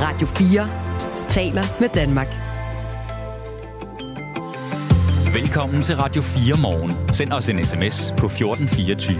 Radio 4 taler med Danmark. Velkommen til Radio 4 morgen. Send os en sms på 1424.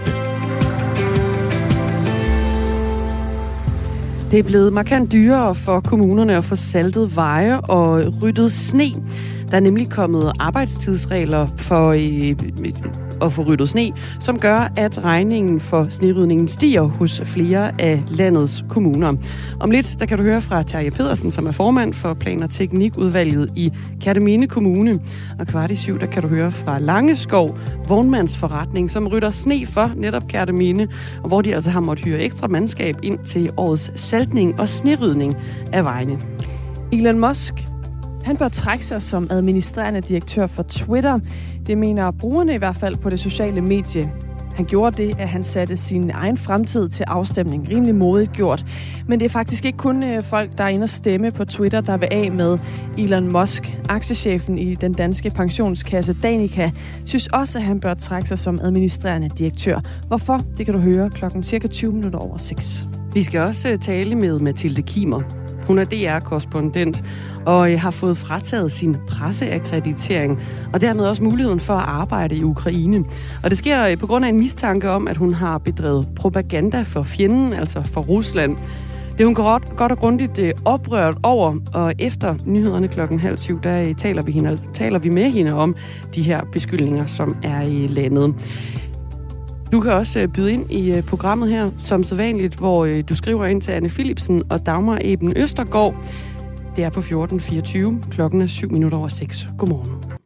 Det er blevet markant dyrere for kommunerne at få saltet veje og ryddet sne. Der er nemlig kommet arbejdstidsregler for at få ryddet sne, som gør, at regningen for snerydningen stiger hos flere af landets kommuner. Om lidt, der kan du høre fra Terje Pedersen, som er formand for Plan- og Teknikudvalget i Kerteminde Kommune. Og 6:15, der kan du høre fra Langeskov, vognmandsforretning, som rydder sne for netop Kerteminde, og hvor de altså har måttet hyre ekstra mandskab ind til årets saltning og snerydning af vejene. Elon Musk, han bør trække sig som administrerende direktør for Twitter. Det mener brugerne i hvert fald på det sociale medie. Han gjorde det, at han satte sin egen fremtid til afstemning. Rimelig modigt gjort. Men det er faktisk ikke kun folk, der er inde og stemme på Twitter, der vil af med Elon Musk. Aktiechefen i den danske pensionskasse Danica synes også, at han bør trække sig som administrerende direktør. Hvorfor? Det kan du høre klokken cirka 6:20. Vi skal også tale med Mathilde Kimmer. Hun er DR-korrespondent og har fået frataget sin presseakkreditering, og dermed også muligheden for at arbejde i Ukraine. Og det sker på grund af en mistanke om, at hun har bedrevet propaganda for fjenden, altså for Rusland. Det er hun godt og grundigt oprørt over, og efter nyhederne 6:30, der taler vi med hende om de her beskyldninger, som er i landet. Du kan også byde ind i programmet her, som sædvanligt, hvor du skriver ind til Anne Philipsen og Dagmar Eben Østergaard. Det er på 1424. Klokken er 6:07. Godmorgen.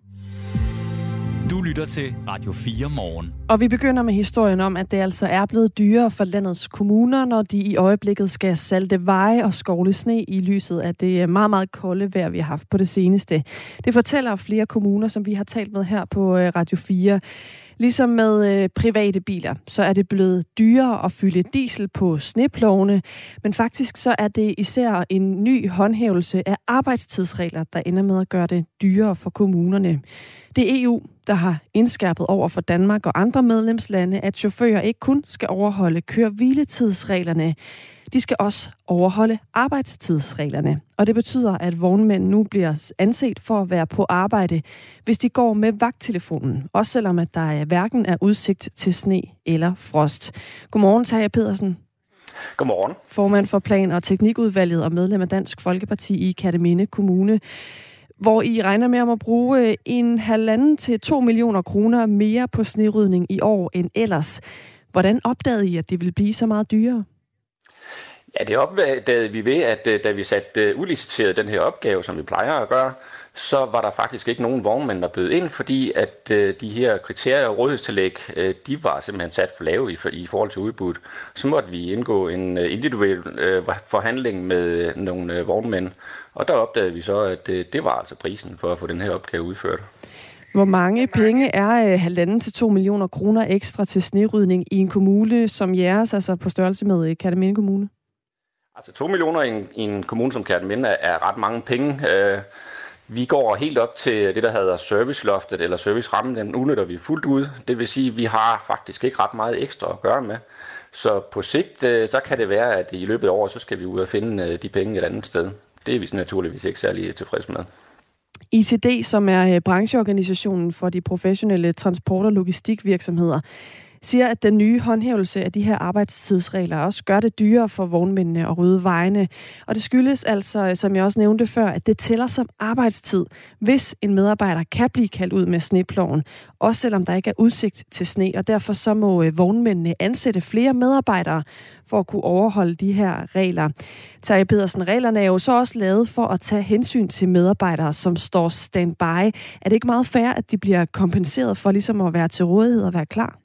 Du lytter til Radio 4 morgen. Og vi begynder med historien om, at det altså er blevet dyrere for landets kommuner, når de i øjeblikket skal salte veje og skovle sne i lyset af det meget, meget kolde vejr, vi har haft på det seneste. Det fortæller flere kommuner, som vi har talt med her på Radio 4. Ligesom med private biler, så er det blevet dyrere at fylde diesel på sneplovene, men faktisk så er det især en ny håndhævelse af arbejdstidsregler, der ender med at gøre det dyrere for kommunerne. Det er EU, der har indskærpet over for Danmark og andre medlemslande, at chauffører ikke kun skal overholde køre-hviletidsreglerne, de skal også overholde arbejdstidsreglerne. Og det betyder, at vognmænd nu bliver anset for at være på arbejde, hvis de går med vagttelefonen. Også selvom at der hverken er udsigt til sne eller frost. Godmorgen, Terje Pedersen. Godmorgen. Formand for Plan- og Teknikudvalget og medlem af Dansk Folkeparti i Kerteminde Kommune, hvor I regner med om at bruge 1,5 til 2 millioner kroner mere på snerydning i år end ellers. Hvordan opdagede I, at det ville blive så meget dyrere? Ja, det opdagede vi ved, at da vi satte udliciteret den her opgave, som vi plejer at gøre, så var der faktisk ikke nogen vognmænd, der bød ind, fordi at de her kriterier og rådighedstillæg, de var simpelthen sat for lave i forhold til udbuddet. Så måtte vi indgå en individuel forhandling med nogle vognmænd, og der opdagede vi så, at det var altså prisen for at få den her opgave udført. Hvor mange penge er 1,5 til 2 millioner kroner ekstra til snerydning i en kommune som jeres, altså på størrelse med Kerteminde Kommune? Altså 2 millioner i en kommune som Kerteminde er ret mange penge. Vi går helt op til det, der hedder serviceloftet eller servicerammen, den udnytter vi fuldt ud. Det vil sige, at vi har faktisk ikke ret meget ekstra at gøre med. Så på sigt, så kan det være, at i løbet af året, så skal vi ud og finde de penge et andet sted. Det er vi naturligvis ikke særlig tilfredse med. ICD, som er brancheorganisationen for de professionelle transport- og logistikvirksomheder, siger, at den nye håndhævelse af de her arbejdstidsregler også gør det dyrere for vognmændene at rydde vejene. Og det skyldes altså, som jeg også nævnte før, at det tæller som arbejdstid, hvis en medarbejder kan blive kaldt ud med sneploven, også selvom der ikke er udsigt til sne. Og derfor så må vognmændene ansætte flere medarbejdere for at kunne overholde de her regler. Terje Pedersen, reglerne er jo så også lavet for at tage hensyn til medarbejdere, som står standby. Er det ikke meget fair, at de bliver kompenseret for ligesom at være til rådighed og være klar?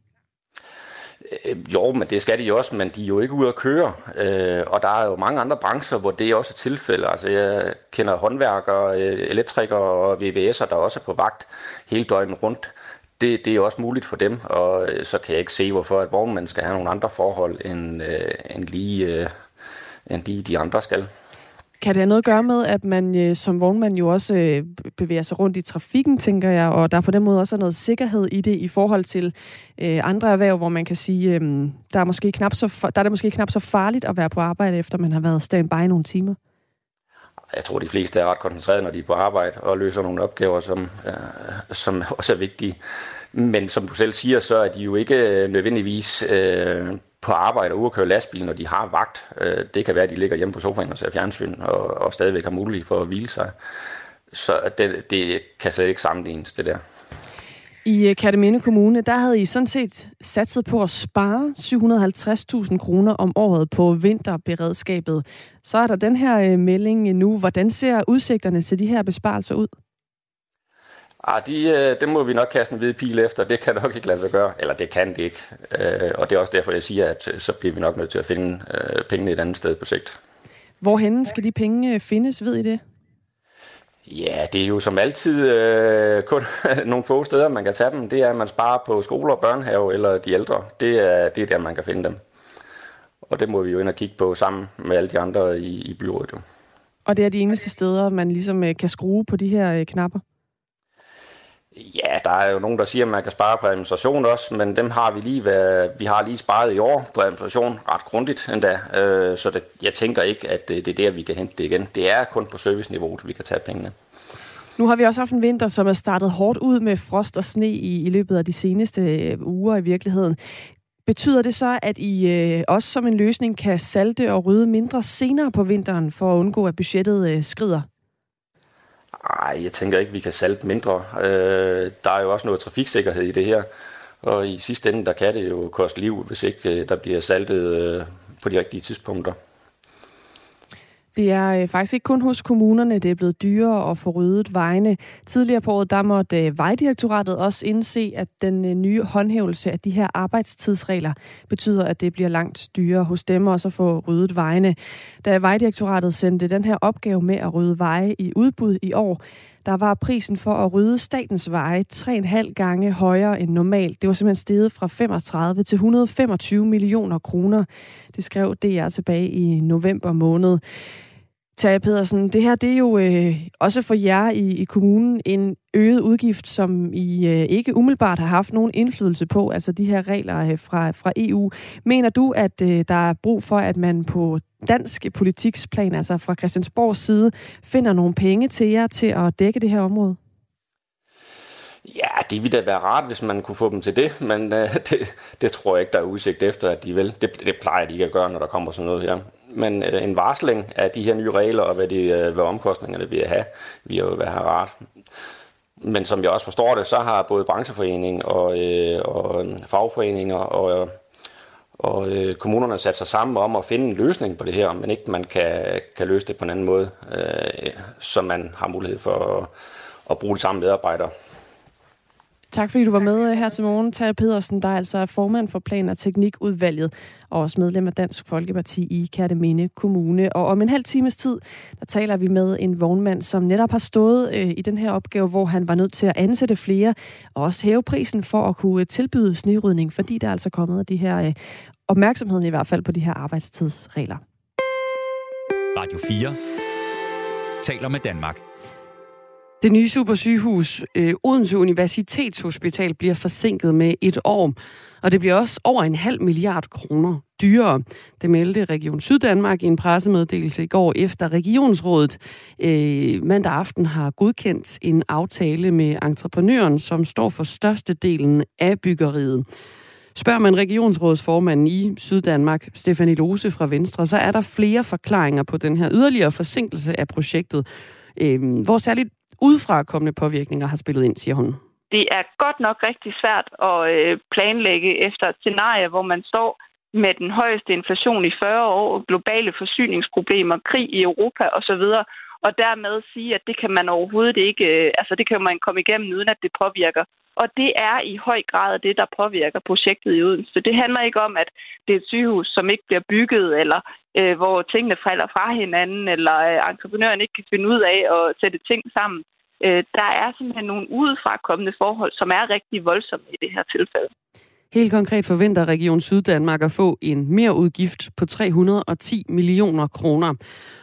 Jo, men det skal de jo også, men de er jo ikke ude at køre. Og der er jo mange andre brancher, hvor det også er tilfælde. Altså jeg kender håndværkere, elektrikere og VVS'er, der også er på vagt hele døgnet rundt. Det er også muligt for dem, og så kan jeg ikke se, hvorfor at vognmænd skal have nogle andre forhold, end lige de andre skal. Kan det have noget at gøre med, at man som vognmand jo også bevæger sig rundt i trafikken, tænker jeg, og der på den måde også er noget sikkerhed i det i forhold til andre erhverv, hvor man kan sige, der er det måske knap så farligt at være på arbejde, efter man har været standby nogle timer? Jeg tror, de fleste er ret koncentrerede, når de er på arbejde og løser nogle opgaver, som også er vigtige. Men som du selv siger, så er de jo ikke nødvendigvis på arbejde og ude at køre lastbil, når de har vagt. Det kan være, at de ligger hjemme på sofaen og ser fjernsyn og stadigvæk har mulighed for at hvile sig. Så det kan slet ikke sammenlignes, det der. I Kerteminde Kommune, der havde I sådan set satset på at spare 750.000 kroner om året på vinterberedskabet. Så er der den her melding nu. Hvordan ser udsigterne til de her besparelser ud? Det må vi nok kaste en hvid pil efter. Det kan nok ikke lade sig gøre. Eller det kan det ikke. Og det er også derfor, jeg siger, at så bliver vi nok nødt til at finde pengene et andet sted på sigt. Hvorhenne skal de penge findes, ved I det? Ja, det er jo som altid kun nogle få steder, man kan tage dem. Det er, at man sparer på skoler, børnehave eller de ældre. Det er der, man kan finde dem. Og det må vi jo ind og kigge på sammen med alle de andre i byrådet. Og det er de eneste steder, man ligesom kan skrue på de her knapper? Ja, der er jo nogen, der siger, at man kan spare på administration også, men dem har vi har lige sparet i år på administration ret grundigt endda. Så jeg tænker ikke, at det er der, vi kan hente det igen. Det er kun på serviceniveauet, vi kan tage pengene. Nu har vi også haft en vinter, som er startet hårdt ud med frost og sne i løbet af de seneste uger i virkeligheden. Betyder det så, at I også som en løsning kan salte og rydde mindre senere på vinteren for at undgå, at budgettet skrider? Nej, jeg tænker ikke, vi kan salte mindre. Der er jo også noget trafiksikkerhed i det her, og i sidste ende, der kan det jo koste liv, hvis ikke der bliver saltet på de rigtige tidspunkter. Det er faktisk ikke kun hos kommunerne, det er blevet dyrere at få ryddet vejene. Tidligere på året, der måtte Vejdirektoratet også indse, at den nye håndhævelse af de her arbejdstidsregler betyder, at det bliver langt dyrere hos dem også at få ryddet vejene. Da Vejdirektoratet sendte den her opgave med at rydde veje i udbud i år, der var prisen for at rydde statens veje 3,5 gange højere end normalt. Det var simpelthen steget fra 35 til 125 millioner kroner. Det skrev DR tilbage i november måned. Terje Pedersen, det her det er jo også for jer i kommunen en øget udgift, som I ikke umiddelbart har haft nogen indflydelse på, altså de her regler fra EU. Mener du, at der er brug for, at man på dansk politiksplan, altså fra Christiansborgs side, finder nogle penge til jer til at dække det her område? Ja, det ville da være rart, hvis man kunne få dem til det, men det tror jeg ikke, der er udsigt efter, at de vil. Det plejer de ikke at gøre, når der kommer sådan noget her. Men en varsling af de her nye regler, og hvad omkostningerne vil have, vil jo være rart. Men som jeg også forstår det, så har både brancheforening og fagforeninger og kommunerne sat sig sammen om at finde en løsning på det her, men ikke man kan løse det på en anden måde, så man har mulighed for at bruge de samme medarbejdere. Tak fordi du var med her til morgen, Terje Pedersen, der er altså formand for Plan- og Teknikudvalget og også medlem af Dansk Folkeparti i Kerteminde Kommune. Og om en halv times tid, der taler vi med en vognmand, som netop har stået i den her opgave, hvor han var nødt til at ansætte flere og også hæve prisen for at kunne tilbyde snerydning, fordi der er altså kommet af de her opmærksomheden i hvert fald på de her arbejdstidsregler. Radio 4 taler med Danmark. Det nye supersygehus Odense Universitetshospital bliver forsinket med 1 år, og det bliver også over 0,5 milliard kroner dyrere. Det meldte Region Syddanmark i en pressemeddelelse i går, efter Regionsrådet mandag aften har godkendt en aftale med entreprenøren, som står for størstedelen af byggeriet. Spørger man regionsrådsformanden i Syddanmark, Stefanie Lose fra Venstre, så er der flere forklaringer på den her yderligere forsinkelse af projektet, hvor særligt udefrakommende påvirkninger har spillet ind, siger hun. Det er godt nok rigtig svært at planlægge efter et scenarie, hvor man står med den højeste inflation i 40 år, globale forsyningsproblemer, krig i Europa osv., og dermed sige, at det kan man overhovedet ikke, det kan man komme igennem, uden at det påvirker. Og det er i høj grad det, der påvirker projektet i Odense. Det handler ikke om, at det er et sygehus, som ikke bliver bygget, eller hvor tingene falder fra hinanden, eller entreprenøren ikke kan finde ud af at sætte ting sammen. Der er simpelthen nogle udefrakommende forhold, som er rigtig voldsomme i det her tilfælde. Helt konkret forventer Region Syddanmark at få en merudgift på 310 millioner kroner.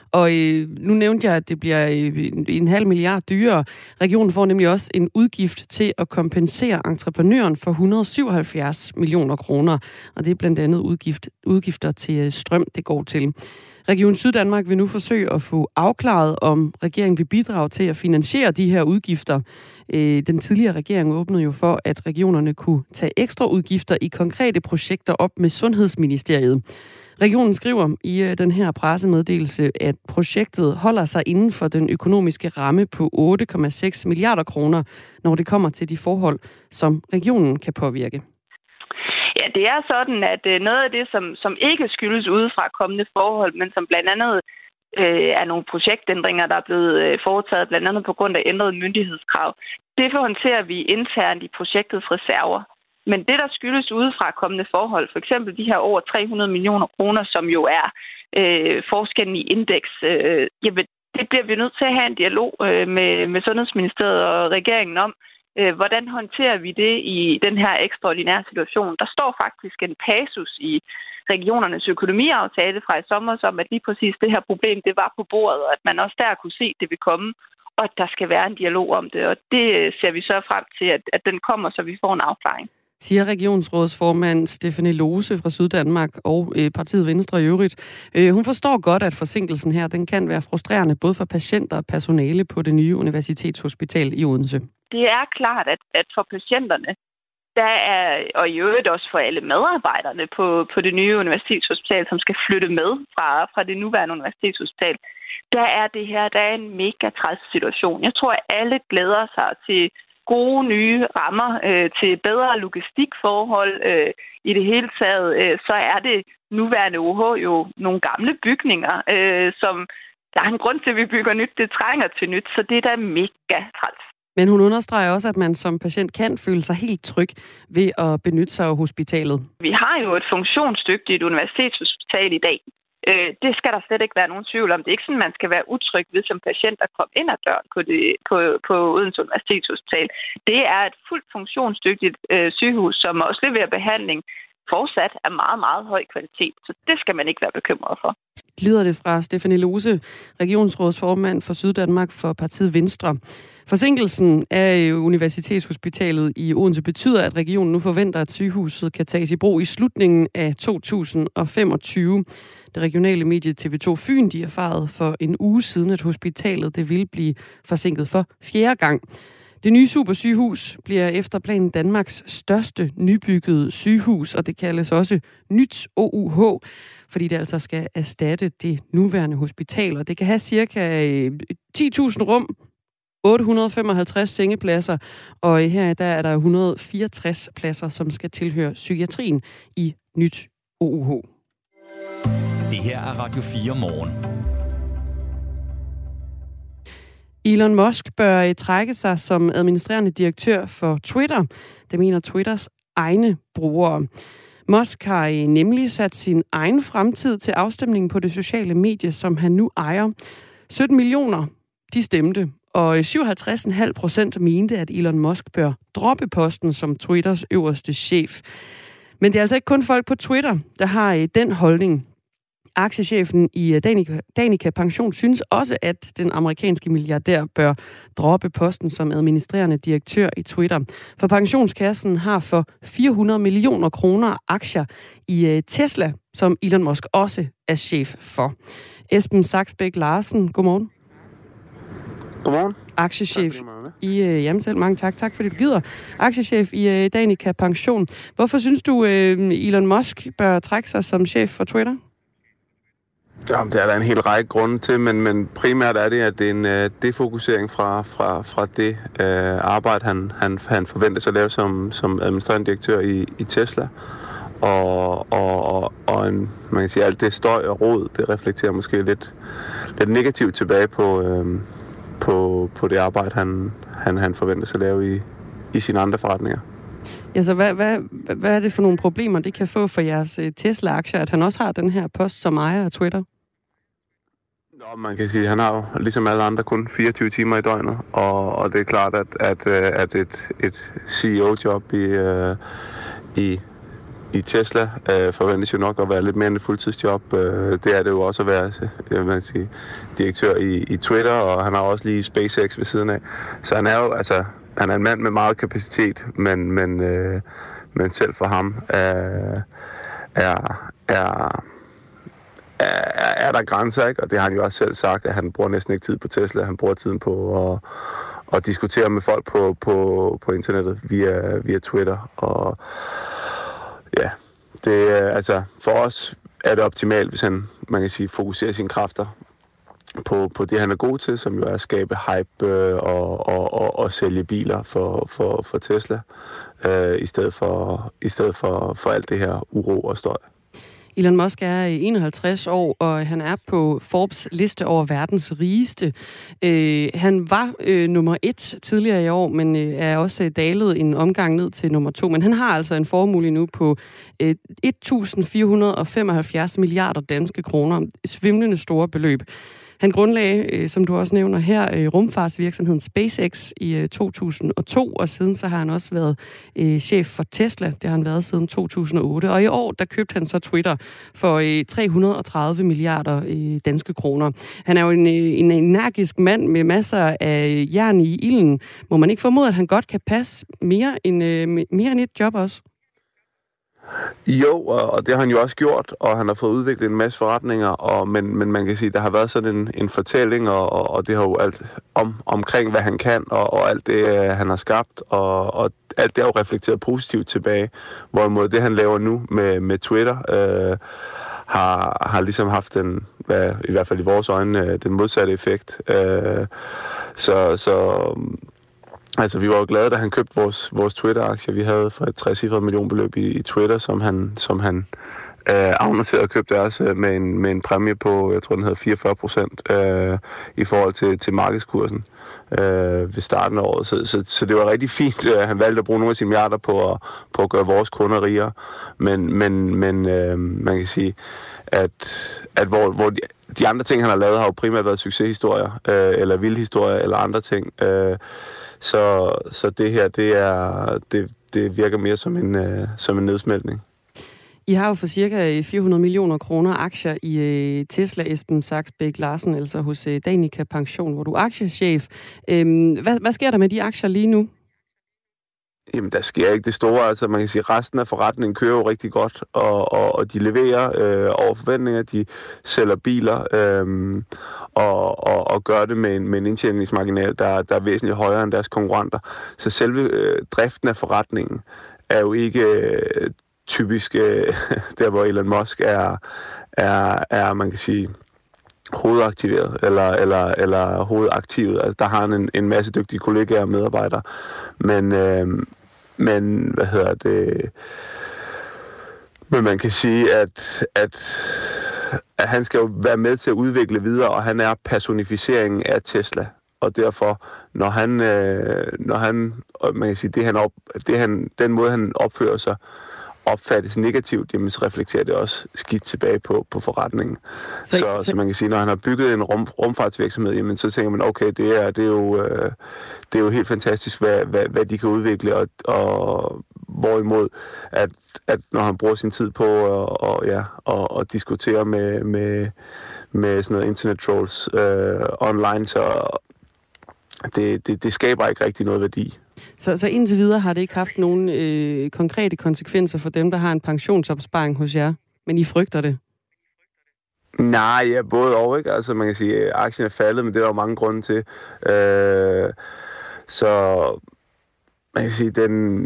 Og nu nævnte jeg, at det bliver 1,5 milliard dyrere. Regionen får nemlig også en udgift til at kompensere entreprenøren for 177 millioner kroner. Og det er blandt andet udgifter til strøm, det går til. Region Syddanmark vil nu forsøge at få afklaret, om regeringen vil bidrage til at finansiere de her udgifter. Den tidligere regering åbnede jo for, at regionerne kunne tage ekstra udgifter i konkrete projekter op med Sundhedsministeriet. Regionen skriver i den her pressemeddelelse, at projektet holder sig inden for den økonomiske ramme på 8,6 milliarder kroner, når det kommer til de forhold, som regionen kan påvirke. Ja, det er sådan, at noget af det, som ikke skyldes udefra kommende forhold, men som blandt andet er nogle projektændringer, der er blevet foretaget, blandt andet på grund af ændrede myndighedskrav, det håndterer vi internt i projektets reserver. Men det, der skyldes udefra kommende forhold, for eksempel de her over 300 millioner kroner, som jo er forskellen i indeks, det bliver vi nødt til at have en dialog med Sundhedsministeriet og regeringen om. Hvordan håndterer vi det i den her ekstraordinære situation? Der står faktisk en passus i regionernes økonomiaftale fra i sommer, som at lige præcis det her problem, det var på bordet, og at man også der kunne se, at det vil komme, og at der skal være en dialog om det. Og det ser vi så frem til, at den kommer, så vi får en afklaring. Siger regionsrådsformand Stephanie Lose fra Syddanmark og partiet Venstre i øvrigt. Hun forstår godt, at forsinkelsen her den kan være frustrerende, både for patienter og personale på det nye universitetshospital i Odense. Det er klart, at for patienterne, der er, og i øvrigt også for alle medarbejderne på det nye universitetshospital, som skal flytte med fra det nuværende universitetshospital, der er en mega træls situation. Jeg tror, at alle glæder sig til gode nye rammer, til bedre logistikforhold. I det hele taget, så er det nuværende OH jo nogle gamle bygninger, som der er en grund til, at vi bygger nyt. Det trænger til nyt, så det er da mega træls. Men hun understreger også, at man som patient kan føle sig helt tryg ved at benytte sig af hospitalet. Vi har jo et funktionsdygtigt universitetshospital i dag. Det skal der slet ikke være nogen tvivl om. Det er ikke sådan, man skal være utryg ved som patient at komme ind ad døren på Odense Universitetshospital. Det er et fuldt funktionsdygtigt sygehus, som også leverer behandling fortsat af meget, meget høj kvalitet. Så det skal man ikke være bekymret for. Lyder det fra Stephanie Lose, regionsrådsformand for Syddanmark for partiet Venstre. Forsinkelsen af Universitetshospitalet i Odense betyder, at regionen nu forventer, at sygehuset kan tages i brug i slutningen af 2025. Det regionale medie TV2 Fyn, de erfarede for en uge siden, at hospitalet det vil blive forsinket for 4. gang. Det nye supersygehus bliver efter planen Danmarks største nybyggede sygehus, og det kaldes også Nyt OUH, fordi det altså skal erstatte det nuværende hospital, og det kan have cirka 10.000 rum, 855 sengepladser, og her der er der 164 pladser, som skal tilhøre psykiatrien i Nyt OUH. Det her er Radio 4 morgen. Elon Musk bør trække sig som administrerende direktør for Twitter. Det mener Twitters egne brugere. Musk har nemlig sat sin egen fremtid til afstemningen på det sociale medie, som han nu ejer. 17 millioner, de stemte, og 57,5% mente, at Elon Musk bør droppe posten som Twitters øverste chef. Men det er altså ikke kun folk på Twitter, der har den holdning. Aktiechefen i Danica Pension synes også, at den amerikanske milliardær bør droppe posten som administrerende direktør i Twitter. For pensionskassen har for 400 millioner kroner aktier i Tesla, som Elon Musk også er chef for. Esben Saxbæk Larsen, godmorgen. Godmorgen. Aktiechef i jamen selv mange tak. Tak fordi du gider. Aktiechef i Danica Pension. Hvorfor synes du, Elon Musk bør trække sig som chef for Twitter? Jamen, det er der en hel række grunde til, men primært er det, at det er en defokusering fra det arbejde, han forventer sig at lave som administrerende direktør i Tesla. Og man kan sige, alt det støj og rod, det reflekterer måske lidt negativt tilbage på det arbejde, han forventer sig at lave i sine andre forretninger. Ja, så hvad er det for nogle problemer, det kan få for jeres Tesla-aktier, at han også har den her post som ejer af Twitter? Nå, man kan sige, at han har jo ligesom alle andre kun 24 timer i døgnet, og det er klart, at et CEO-job i i Tesla forventes jo nok at være lidt mere end et fuldtidsjob. Det er det jo også at være direktør i Twitter, og han har også lige SpaceX ved siden af. Så han er jo han er en mand med meget kapacitet, men selv for ham er der grænser, ikke? Og det har han jo også selv sagt, at han bruger næsten ikke tid på Tesla. Han bruger tiden på at diskutere med folk på internettet via Twitter. Og ja, det for os er det optimalt, hvis han, man kan sige, fokuserer sine kræfter på det, han er god til, som jo er at skabe hype og sælge biler for Tesla, i stedet for alt det her uro og støj. Elon Musk er 51 år, og han er på Forbes liste over verdens rigeste. Han var nummer 1 tidligere i år, men er også dalet en omgang ned til nummer 2. Men han har altså en formue nu på 1.475 milliarder danske kroner. Svimlende store beløb. Han grundlagde, som du også nævner her, rumfartsvirksomheden SpaceX i 2002, og siden så har han også været chef for Tesla. Det har han været siden 2008. Og i år, der købte han så Twitter for 330 milliarder danske kroner. Han er jo en energisk mand med masser af jern i ilden. Må man ikke formode, at han godt kan passe mere end et job også? Jo, og det har han jo også gjort, og han har fået udviklet en masse forretninger, men man kan sige, der har været sådan en fortælling, og det har jo alt omkring, hvad han kan, og alt det, han har skabt, og alt det er jo reflekteret positivt tilbage, hvorimod det, han laver nu med Twitter, har ligesom haft den, i hvert fald i vores øjne, den modsatte effekt. Altså, vi var jo glade, da han købte vores Twitter-aktier. Vi havde for et 3-cifret millionbeløb i Twitter, som han afnoterede og købte også med en præmie på, jeg tror, den hedder 44% i forhold til markedskursen ved starten af året. Så det var rigtig fint, at han valgte at bruge nogle af sine milliarder på at gøre vores kunder rigere. Men man kan sige, at hvor de andre ting, han har lavet, har jo primært været succeshistorier, eller vilde historier, eller andre ting. Så det her, det virker mere som en nedsmeltning. I har jo for cirka 400 millioner kroner aktier i Tesla, Esben Saxbæk Larsen, altså hos Danica Pension, hvor du er aktiechef. Hvad sker der med de aktier lige nu? Jamen, der sker ikke det store. Altså, man kan sige, at resten af forretningen kører jo rigtig godt, og de leverer over forventninger. De sælger biler og gør det med en indtjeningsmarginal, der er væsentligt højere end deres konkurrenter. Så selve driften af forretningen er jo ikke typisk der, hvor Elon Musk er man kan sige, hovedaktiveret eller hovedaktivet. Altså, der har han en masse dygtige kollegaer og medarbejdere. Men Men man kan sige, at han skal jo være med til at udvikle videre, og han er personificeringen af Tesla. Og derfor, når han man kan sige, den måde, han opfører sig, opfattes negativt, jamen så reflekterer det også skidt tilbage på forretningen. Så man kan sige, når han har bygget en rumfartsvirksomhed, jamen så tænker man, okay, det er jo helt fantastisk, hvad de kan udvikle, og hvorimod, at når han bruger sin tid på at diskutere med sådan noget internet trolls online, så det skaber ikke rigtig noget værdi. Så indtil videre har det ikke haft nogen konkrete konsekvenser for dem, der har en pensionsopsparing hos jer, men I frygter det? Nej, ja, både og, ikke? Altså man kan sige, at aktien er faldet, men det er der jo mange grunde til. Så man kan sige,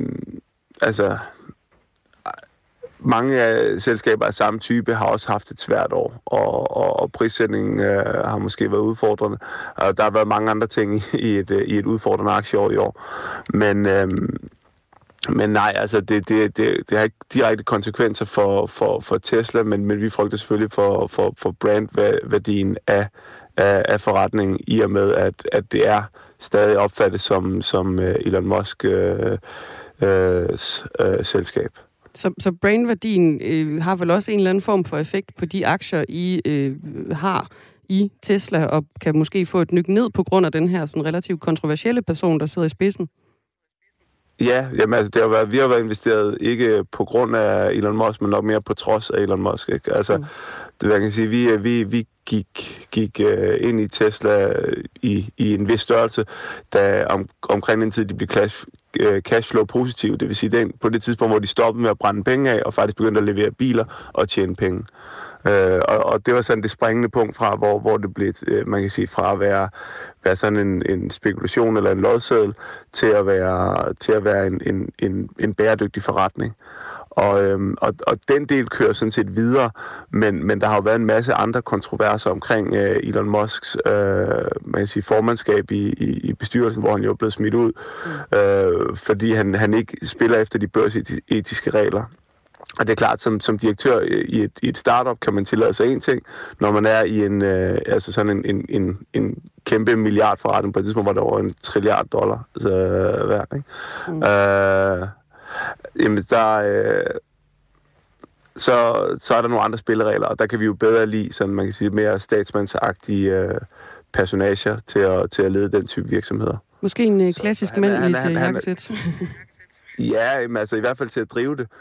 mange af selskaber af samme type har også haft et svært år, og prissætningen har måske været udfordrende. Og der har været mange andre ting i et udfordrende aktieår i år. Men nej, altså det har ikke direkte konsekvenser for Tesla, men vi frygter selvfølgelig for brandværdien af forretningen, i og med, at det er stadig opfattet som Elon Musk selskab. Så brainværdien har vel også en eller anden form for effekt på de aktier, I har i Tesla, og kan måske få et nyk ned på grund af den her sådan relativt kontroversielle person, der sidder i spidsen? Ja, jamen, altså, vi har været investeret ikke på grund af Elon Musk, men nok mere på trods af Elon Musk. Ikke? Altså, det jeg kan sige, vi gik ind i Tesla i en vis størrelse, da omkring den tid, de blev cashflow positive. Det vil sige, på det tidspunkt, hvor de stoppede med at brænde penge af, og faktisk begyndte at levere biler og tjene penge. Og det var sådan det springende punkt fra, hvor det blev, man kan sige, fra at være sådan en spekulation eller en lodseddel, til at være en bæredygtig forretning. Og den del kører sådan set videre, men der har jo været en masse andre kontroverser omkring Elon Musks man kan sige, formandskab i bestyrelsen, hvor han jo er blevet smidt ud, fordi han ikke spiller efter de børsetiske regler. Og det er klart, som direktør i et startup kan man tillade sig en ting, når man er i en kæmpe milliardforretning på et tidspunkt, hvor der var $1 trilliard værd. Ikke? Jamen så er der nogle andre spilleregler, og der kan vi jo bedre lide, sådan man kan sige, mere statsmandsagtige personager til at lede den type virksomheder. Måske en klassisk mand i et jakkesæt. Ja, altså i hvert fald til at drive det.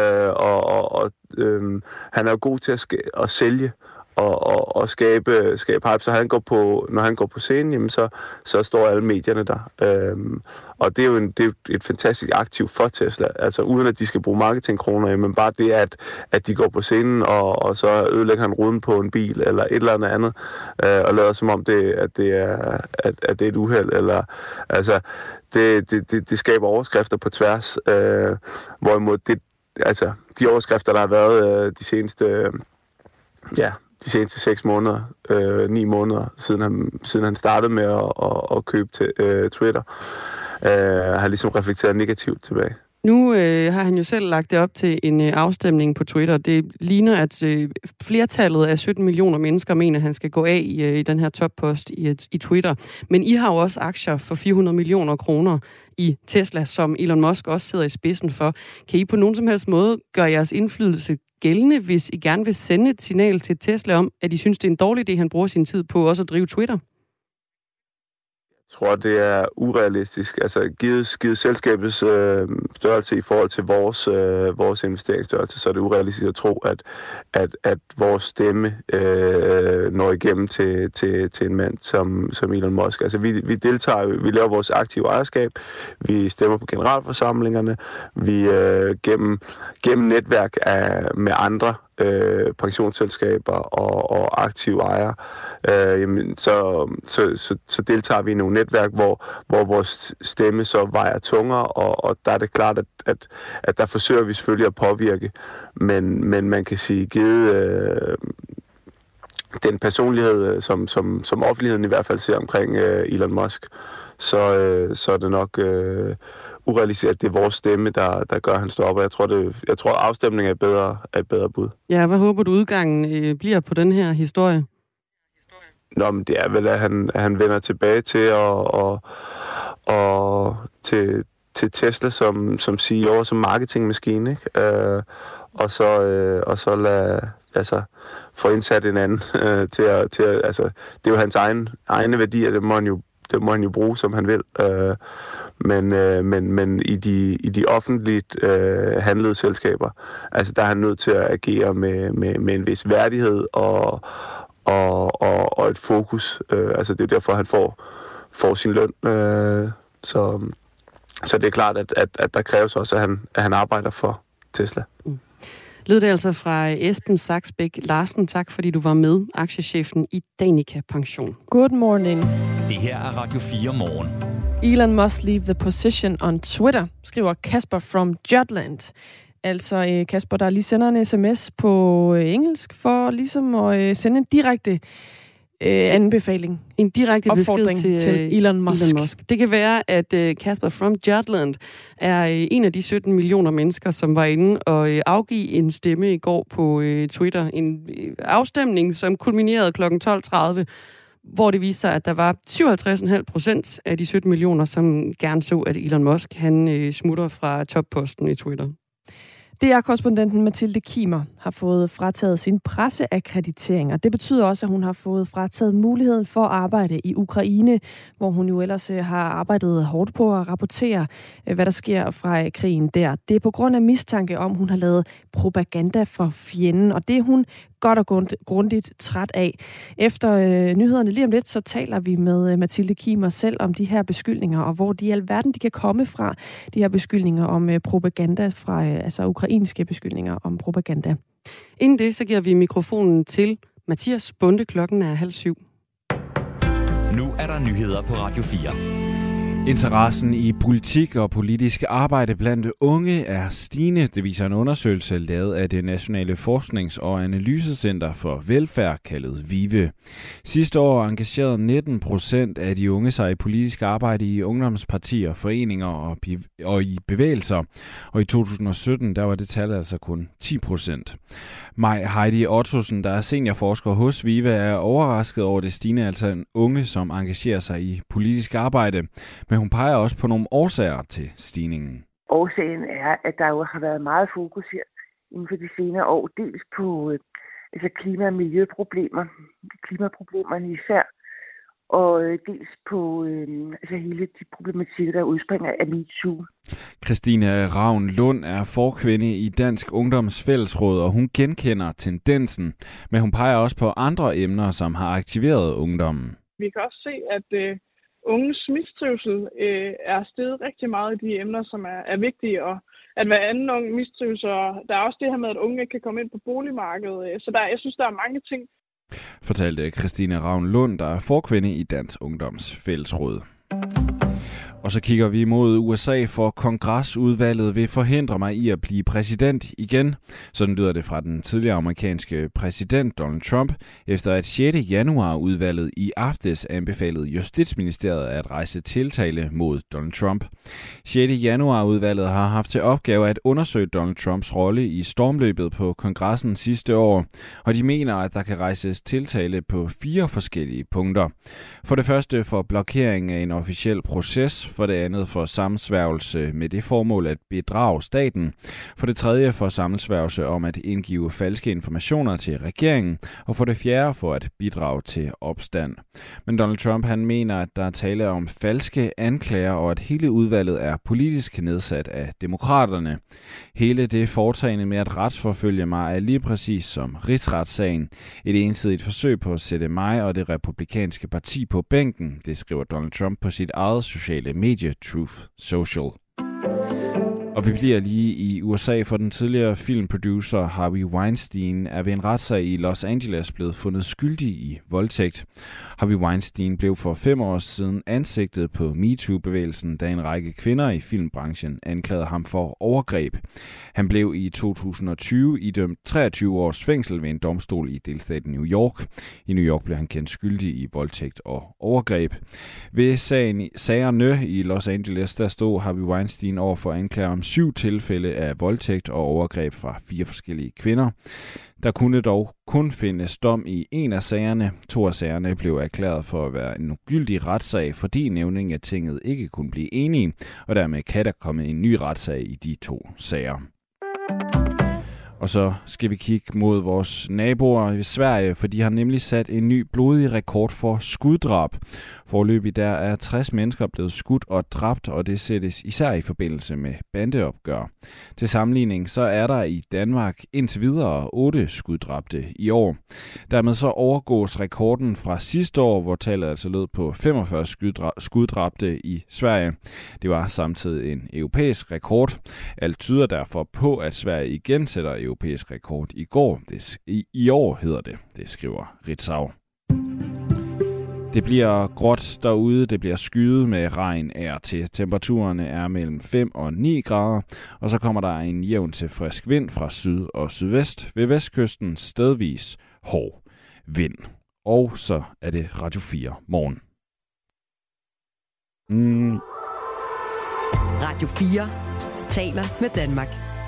Han er jo god til at sælge og skabe hype, så når han går på scenen, jamen, så står alle medierne der. Og det er jo et fantastisk aktiv for Tesla, altså uden at de skal bruge marketingkroner, men bare det, at de går på scenen, og så ødelægger han ruden på en bil, eller et eller andet, og lader som om det er et uheld, eller altså det skaber overskrifter på tværs, hvorimod altså de overskrifter, der har været de seneste 6 måneder, 9 måneder, siden han startede med at købe Twitter, har ligesom reflekteret negativt tilbage. Nu har han jo selv lagt det op til en afstemning på Twitter. Det ligner, at flertallet af 17 millioner mennesker mener, at han skal gå af i den her toppost i Twitter. Men I har jo også aktier for 400 millioner kroner i Tesla, som Elon Musk også sidder i spidsen for. Kan I på nogen som helst måde gøre jeres indflydelse gældende, hvis I gerne vil sende et signal til Tesla om, at I synes, det er en dårlig idé, han bruger sin tid på også at drive Twitter? Jeg tror, det er urealistisk. Altså, givet selskabets størrelse i forhold til vores investeringsstørrelse, så er det urealistisk at tro, at vores stemme når igennem til en mand som Elon Musk. Altså, vi deltager, vi laver vores aktive ejerskab, vi stemmer på generalforsamlingerne, vi gennem netværk med andre pensionsselskaber og aktive ejere, så deltager vi i nogle netværk, hvor vores stemme så vejer tungere, og der er det klart, at der forsøger vi selvfølgelig at påvirke, men man kan sige, givet den personlighed, som offentligheden i hvert fald ser omkring Elon Musk, så er det nok urealistisk, at det er vores stemme, der gør, at han står op. Og jeg tror afstemningen er et bedre bud. Ja, hvad håber du udgangen bliver på den her historie? Nå, men det er vel, at han vender tilbage til Tesla som CEO og som marketingmaskine, ikke? Og så lade få indsat en anden til at altså, det er jo hans egne værdier, det må han jo bruge, som han vil. Men i de offentligt handlede selskaber, altså der er han nødt til at agere med en vis værdighed og et fokus. Altså det er derfor, han får sin løn. Så det er klart, at der kræves også, at han arbejder for Tesla. Lød det altså fra Esben Saxbæk Larsen. Tak, fordi du var med, aktiechefen i Danica Pension. Good morning. Det her er Radio 4 morgen. Elon must leave the position on Twitter, skriver Kasper from Jutland. Altså Kasper, der lige sender en sms på engelsk for ligesom at sende en direkte anbefaling. En direkte besked til Elon Musk. Det kan være, at Kasper from Jutland er en af de 17 millioner mennesker, som var inde og afgive en stemme i går på Twitter. En afstemning, som kulminerede kl. 12.30, hvor det viser sig, at der var 57,5% af de 17 millioner, som gerne så, at Elon Musk han smutter fra topposten i Twitter. DR-korrespondenten Mathilde Kimer har fået frataget sin presseakkreditering, og det betyder også, at hun har fået frataget muligheden for at arbejde i Ukraine, hvor hun jo ellers har arbejdet hårdt på at rapportere, hvad der sker fra krigen der. Det er på grund af mistanke om, hun har lavet propaganda for fjenden, og det er hun godt og grundigt træt af. Efter nyhederne lige om lidt, så taler vi med Mathilde Kimer selv om de her beskyldninger, og hvor de i alverden de kan komme fra, de her beskyldninger om propaganda fra, altså ukrainske beskyldninger om propaganda. Inden det, så giver vi mikrofonen til Mathias Bonde. Klokken er 6:30. Nu er der nyheder på Radio 4. Interessen i politik og politisk arbejde blandt unge er stigende. Det viser en undersøgelse lavet af det Nationale Forsknings- og Analysecenter for Velfærd, kaldet VIVE. Sidste år engagerede 19% af de unge sig i politisk arbejde i ungdomspartier, foreninger og i bevægelser. Og i 2017, der var det tal altså kun 10%. Maj Heidi Ottosen, der er seniorforsker hos VIVE, er overrasket over det stigende antal unge, som engagerer sig i politisk arbejde. Men hun peger også på nogle årsager til stigningen. Årsagen er, at der jo har været meget fokus her inden for de senere år, dels på klima- og miljøproblemer, klimaproblemerne især, og dels på hele de problematikker, der udspringer af MeToo. Christine Ravn Lund er forkvinde i Dansk Ungdoms Fællesråd, og hun genkender tendensen, men hun peger også på andre emner, som har aktiveret ungdommen. Vi kan også se, at unges mistrivsel er steget rigtig meget i de emner, som er vigtige, og at hver anden ung mistrives, og der er også det her med, at unge ikke kan komme ind på boligmarkedet. Så jeg synes, der er mange ting. Fortalte Christine Ravn Lund, der er forkvinde i Dansk Ungdoms Fællesråd. Og så kigger vi mod USA, for kongresudvalget vil forhindre mig i at blive præsident igen. Sådan lyder det fra den tidligere amerikanske præsident Donald Trump, efter at 6. januar udvalget i aftes anbefalede Justitsministeriet at rejse tiltale mod Donald Trump. 6. januar udvalget har haft til opgave at undersøge Donald Trumps rolle i stormløbet på kongressen sidste år, og de mener, at der kan rejses tiltale på 4 forskellige punkter. For det første for blokering af en officiel proces, for det andet for sammensværgelse med det formål at bedrage staten, for det tredje for sammensværgelse om at indgive falske informationer til regeringen, og for det fjerde for at bidrage til opstand. Men Donald Trump han mener, at der er tale om falske anklager, og at hele udvalget er politisk nedsat af demokraterne. Hele det foretagende med at retsforfølge mig er lige præcis som rigsretssagen, et ensidigt forsøg på at sætte mig og det republikanske parti på bænken, det skriver Donald Trump på sit eget sociale medie Truth Social. Og vi bliver lige i USA, for den tidligere filmproducer Harvey Weinstein er ved en retssag i Los Angeles blevet fundet skyldig i voldtægt. Harvey Weinstein blev for 5 år siden ansigtet på MeToo-bevægelsen, da en række kvinder i filmbranchen anklagede ham for overgreb. Han blev i 2020 idømt 23 års fængsel ved en domstol i delstaten New York. I New York blev han kendt skyldig i voldtægt og overgreb. Ved sagerne i Los Angeles, der stod Harvey Weinstein over for anklager om 7 tilfælde af voldtægt og overgreb fra 4 forskellige kvinder. Der kunne dog kun findes dom i en af sagerne. 2 af sagerne blev erklæret for at være en ugyldig retssag, fordi nævningen af tinget ikke kunne blive enige, og dermed kan der komme en ny retssag i de 2 sager. Og så skal vi kigge mod vores naboer i Sverige, for de har nemlig sat en ny blodig rekord for skuddrab. Foreløbig der er 60 mennesker blevet skudt og dræbt, og det sættes især i forbindelse med bandeopgør. Til sammenligning så er der i Danmark indtil videre 8 skuddræbte i år. Dermed så overgås rekorden fra sidste år, hvor tallet altså lød på 45 skuddræbte i Sverige. Det var samtidig en europæisk rekord. Alt tyder derfor på, at Sverige igen sætter europæisk rekord i år hedder det. Det skriver Ritzau. Det bliver gråt derude, det bliver skyet med regn af og til. Temperaturerne er mellem 5 og 9 grader, og så kommer der en jævn til frisk vind fra syd og sydvest. Ved vestkysten stedvis hård vind. Og så er det Radio 4 morgen. Radio 4 taler med Danmark.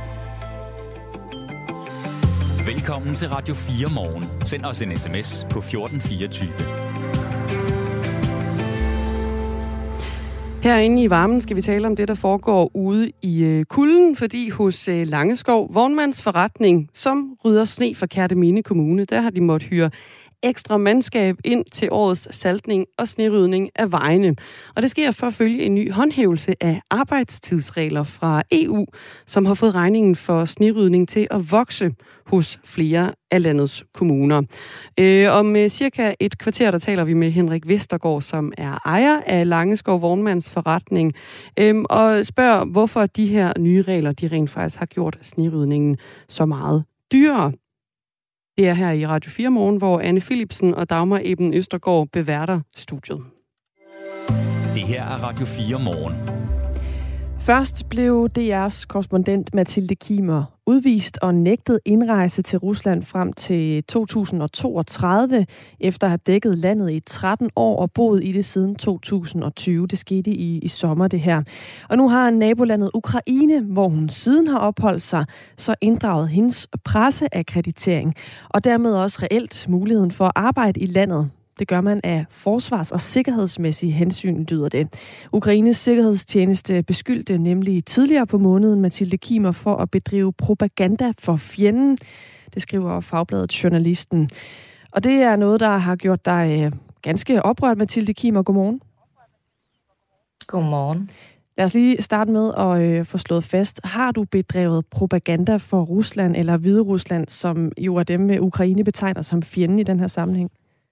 Velkommen til Radio 4 morgen. Send os en sms på 1424. Herinde i varmen skal vi tale om det, der foregår ude i kulden, fordi hos Langeskov Vognmandsforretning, som rydder sne fra Kerteminde Kommune, der har de måttet hyre ekstra mandskab ind til årets saltning og snerydning af vejene. Og det sker for at følge en ny håndhævelse af arbejdstidsregler fra EU, som har fået regningen for snerydning til at vokse hos flere af landets kommuner. Om cirka et kvarter, der taler vi med Henrik Vestergaard, som er ejer af Langeskov Vognmandsforretning, og spørger, hvorfor de her nye regler, de rent faktisk har gjort snerydningen så meget dyrere. Det er her i Radio 4 Morgen, hvor Anne Philipsen og Dagmar Eben Østergaard beværter studiet. Det her er Radio 4 Morgen. Først blev DR's korrespondent Mathilde Kiemer udvist og nægtet indrejse til Rusland frem til 2032, efter at have dækket landet i 13 år og boet i det siden 2020. Det skete i sommer, det her. Og nu har nabolandet Ukraine, hvor hun siden har opholdt sig, så inddraget hendes presseakkreditering, og dermed også reelt muligheden for at arbejde i landet. Det gør man af forsvars- og sikkerhedsmæssige hensyn, lyder det. Ukraines sikkerhedstjeneste beskyldte nemlig tidligere på måneden Mathilde Kiemer for at bedrive propaganda for fjenden. Det skriver Fagbladet Journalisten. Og det er noget, der har gjort dig ganske oprørt, Mathilde Kiemer. Godmorgen. Godmorgen. Lad os lige starte med at få slået fast. Har du bedrevet propaganda for Rusland eller Hviderusland, som jo er dem med Ukraine betegner som fjenden i den her sammenhæng?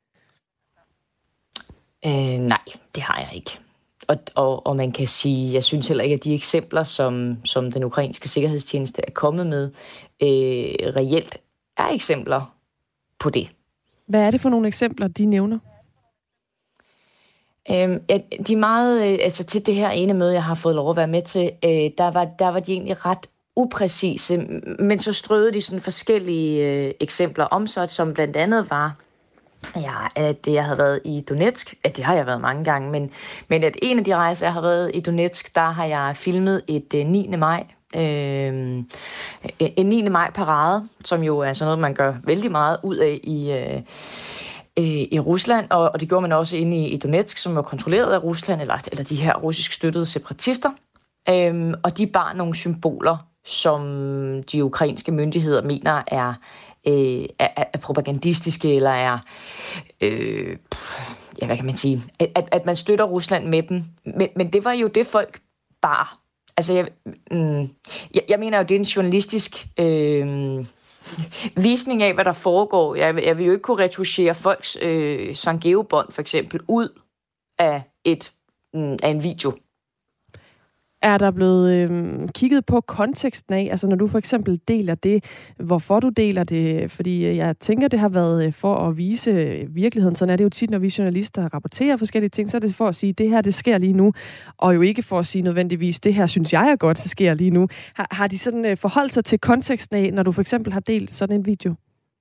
Nej, det har jeg ikke. Og man kan sige, jeg synes heller ikke, at de eksempler, som den ukrainske sikkerhedstjeneste er kommet med, reelt er eksempler på det. Hvad er det for nogle eksempler, de nævner? De meget, altså til det her ene møde, jeg har fået lov at være med til, der var de egentlig ret upræcise, men så strøede de sådan forskellige eksempler om sig, som blandt andet var, at jeg havde været i Donetsk, at det har jeg været mange gange, men at en af de rejser, jeg har været i Donetsk, der har jeg filmet et 9. maj, en 9. maj parade, som jo er sådan noget, man gør vældig meget ud af i Rusland, og det gjorde man også inde i Donetsk, som var kontrolleret af Rusland, eller de her russisk støttede separatister, og de bar nogle symboler, som de ukrainske myndigheder mener er propagandistiske, eller er, hvad kan man sige, at man støtter Rusland med dem. Men det var jo det, folk bar. Altså, jeg mener jo, det er en journalistisk visning af, hvad der foregår. Jeg vil jo ikke kunne retouchere folks Sangeo-bånd, for eksempel, ud af en video. Er der blevet kigget på konteksten af, altså når du for eksempel deler det, hvorfor du deler det? Fordi jeg tænker, det har været for at vise virkeligheden. Sådan er det jo tit, når vi journalister rapporterer forskellige ting, så er det for at sige, det her, det sker lige nu, og jo ikke for at sige nødvendigvis, det her synes jeg er godt, det sker lige nu. Har de sådan forholdt sig til konteksten af, når du for eksempel har delt sådan en video?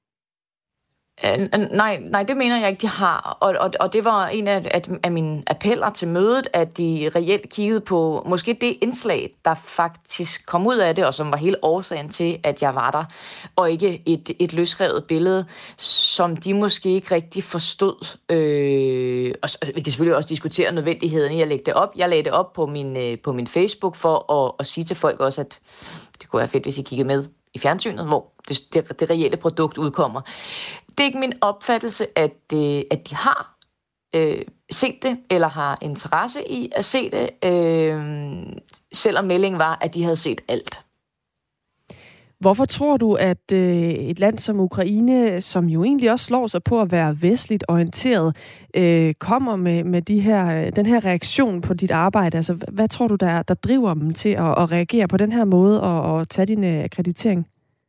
Nej, det mener jeg ikke, de har. Og det var en af mine appeller til mødet, at de reelt kiggede på måske det indslag, der faktisk kom ud af det, og som var hele årsagen til, at jeg var der, og ikke et løsrevet billede, som de måske ikke rigtig forstod. Og vi kan selvfølgelig også diskutere nødvendigheden i at lægge det op. Jeg lagde det op på min Facebook for at sige til folk også, at det kunne være fedt, hvis I kiggede med i fjernsynet, hvor det reelle produkt udkommer. Det er ikke min opfattelse, at de har set det, eller har interesse i at se det, selvom meldingen var, at de havde set alt. Hvorfor tror du, at et land som Ukraine, som jo egentlig også slår sig på at være vestligt orienteret, kommer med den her reaktion på dit arbejde? Altså, hvad tror du, der driver dem til at reagere på den her måde og tage din akkreditering?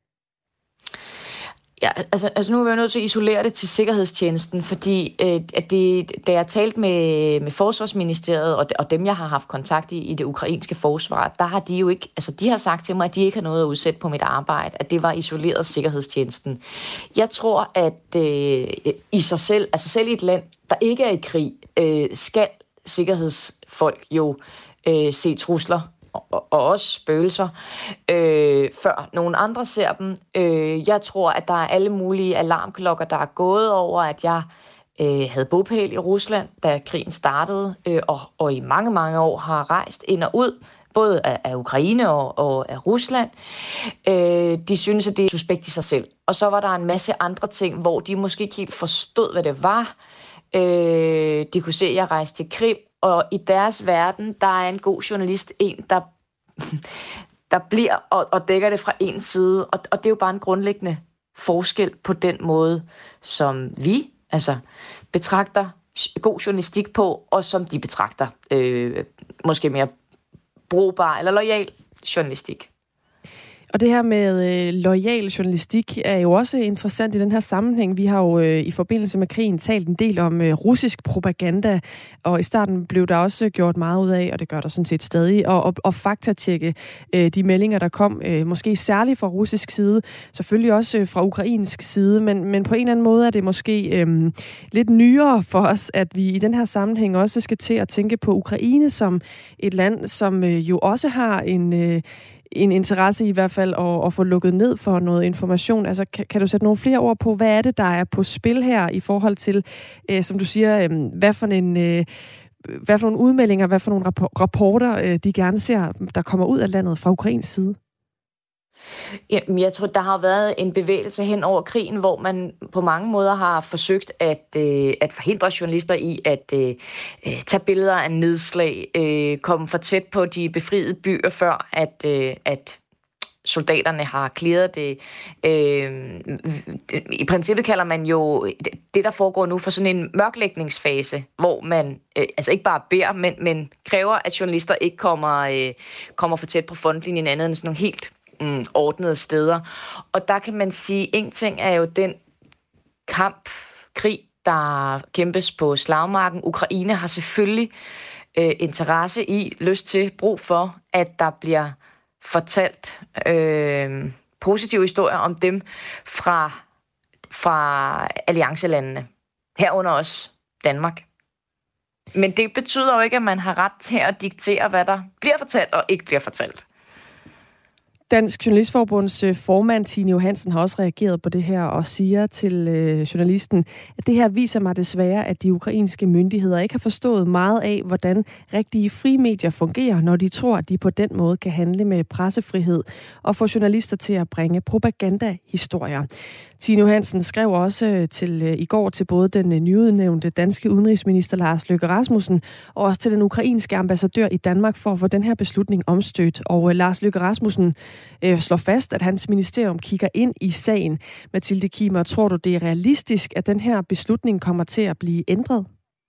Ja, altså nu er vi jo nødt til at isolere det til sikkerhedstjenesten, fordi da jeg talte med Forsvarsministeriet og dem, jeg har haft kontakt i det ukrainske forsvar, der har de jo ikke, altså de har sagt til mig, at de ikke har noget at udsætte på mit arbejde, at det var isoleret sikkerhedstjenesten. Jeg tror, at i sig selv, altså selv i et land, der ikke er i krig, skal sikkerhedsfolk jo se trusler og også spøgelser, før nogen andre ser dem. Jeg tror, at der er alle mulige alarmklokker, der er gået over, at jeg havde bopæl i Rusland, da krigen startede, og i mange, mange år har rejst ind og ud, både af Ukraine og af Rusland. De synes, at det er suspekt i sig selv. Og så var der en masse andre ting, hvor de måske ikke helt forstod, hvad det var. De kunne se, at jeg rejste til Krim, og i deres verden, der er en god journalist en, der bliver og dækker det fra en side. Og det er jo bare en grundlæggende forskel på den måde, som vi betragter god journalistik på, og som de betragter måske mere brugbar eller loyal journalistik. Og det her med loyal journalistik er jo også interessant i den her sammenhæng. Vi har jo i forbindelse med krigen talt en del om russisk propaganda, og i starten blev der også gjort meget ud af, og det gør der sådan set stadig, og faktatjekke de meldinger, der kom, måske særligt fra russisk side, selvfølgelig også fra ukrainsk side, men på en eller anden måde er det måske lidt nyere for os, at vi i den her sammenhæng også skal til at tænke på Ukraine som et land, som jo også har en interesse i hvert fald at få lukket ned for noget information. Altså, kan du sætte nogle flere ord på, hvad er det, der er på spil her i forhold til, som du siger, hvad for nogle udmeldinger, hvad for nogle rapporter, de gerne ser, der kommer ud af landet fra Ukrains side? Jamen, jeg tror, der har været en bevægelse hen over krigen, hvor man på mange måder har forsøgt at forhindre journalister i at tage billeder af nedslag, komme for tæt på de befriede byer, før at soldaterne har clearet det. I princippet kalder man jo det, der foregår nu, for sådan en mørklægningsfase, hvor man ikke bare beder, men kræver, at journalister ikke kommer for tæt på frontlinjen andet end sådan nogle helt ordnede steder. Og der kan man sige, en ting er jo den krig, der kæmpes på slagmarken. Ukraine har selvfølgelig interesse i, lyst til, brug for, at der bliver fortalt positive historier om dem fra alliancelandene. Herunder også Danmark. Men det betyder jo ikke, at man har ret til at diktere, hvad der bliver fortalt og ikke bliver fortalt. Dansk Journalistforbunds formand Tine Johansen har også reageret på det her og siger til journalisten, at det her viser mig desværre, at de ukrainske myndigheder ikke har forstået meget af, hvordan rigtige frimedier fungerer, når de tror, at de på den måde kan handle med pressefrihed og få journalister til at bringe propagandahistorier. Tine Johansen skrev også i går til både den nyudnævnte danske udenrigsminister Lars Løkke Rasmussen og også til den ukrainske ambassadør i Danmark for at få den her beslutning omstødt. Og Lars Løkke Rasmussen slår fast, at hans ministerium kigger ind i sagen. Mathilde Kiemer, tror du, det er realistisk, at den her beslutning kommer til at blive ændret?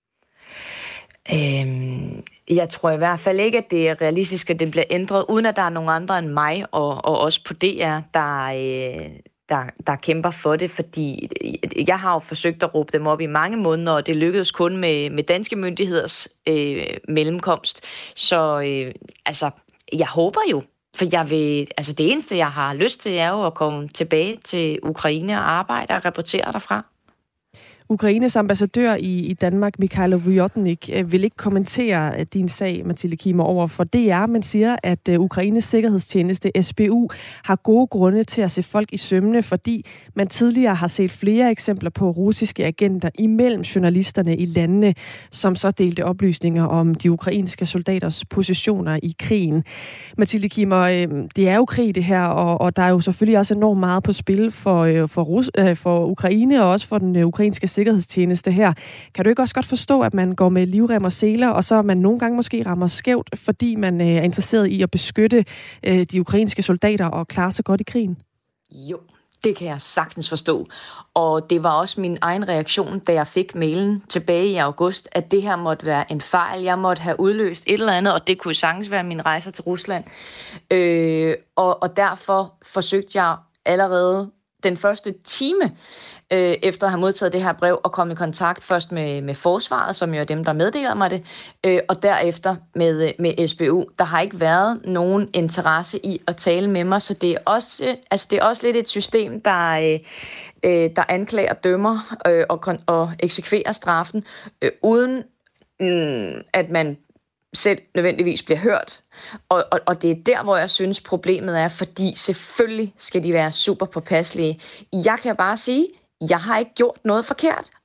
Jeg tror i hvert fald ikke, at det er realistisk, at det bliver ændret, uden at der er nogen andre end mig og også på DR, der kæmper for det, fordi jeg har jo forsøgt at råbe dem op i mange måneder, og det lykkedes kun med danske myndigheders mellemkomst. Så jeg håber jo, for det eneste, jeg har lyst til, er jo at komme tilbage til Ukraine og arbejde og rapportere derfra. Ukraines ambassadør i Danmark, Mikhailo Vyotnik, vil ikke kommentere din sag, Mathilde Kiemer, over for DR, men siger, at Ukraines sikkerhedstjeneste, SBU, har gode grunde til at se folk i sømmene, fordi man tidligere har set flere eksempler på russiske agenter imellem journalisterne i landene, som så delte oplysninger om de ukrainske soldaters positioner i krigen. Mathilde Kiemer, det er jo krig det her, og der er jo selvfølgelig også enormt meget på spil for Ukraine og også for den ukrainske sikkerhedstjeneste her. Kan du ikke også godt forstå, at man går med livrem og seler, og så man nogle gange måske rammer skævt, fordi man er interesseret i at beskytte de ukrainske soldater og klare sig godt i krigen? Jo, det kan jeg sagtens forstå. Og det var også min egen reaktion, da jeg fik mailen tilbage i august, at det her måtte være en fejl. Jeg måtte have udløst et eller andet, og det kunne sagtens være mine rejser til Rusland. Og derfor forsøgte jeg allerede den første time efter at have modtaget det her brev og komme i kontakt først med forsvaret, som jo er dem, der meddeler mig det, og derefter med SBU. Der har ikke været nogen interesse i at tale med mig, så det er også lidt et system, der anklager, dømmer og eksekverer straffen, uden at man selv nødvendigvis bliver hørt. Og det er der, hvor jeg synes, problemet er, fordi selvfølgelig skal de være super påpasselige. Jeg kan bare sige, jeg har ikke gjort noget forkert,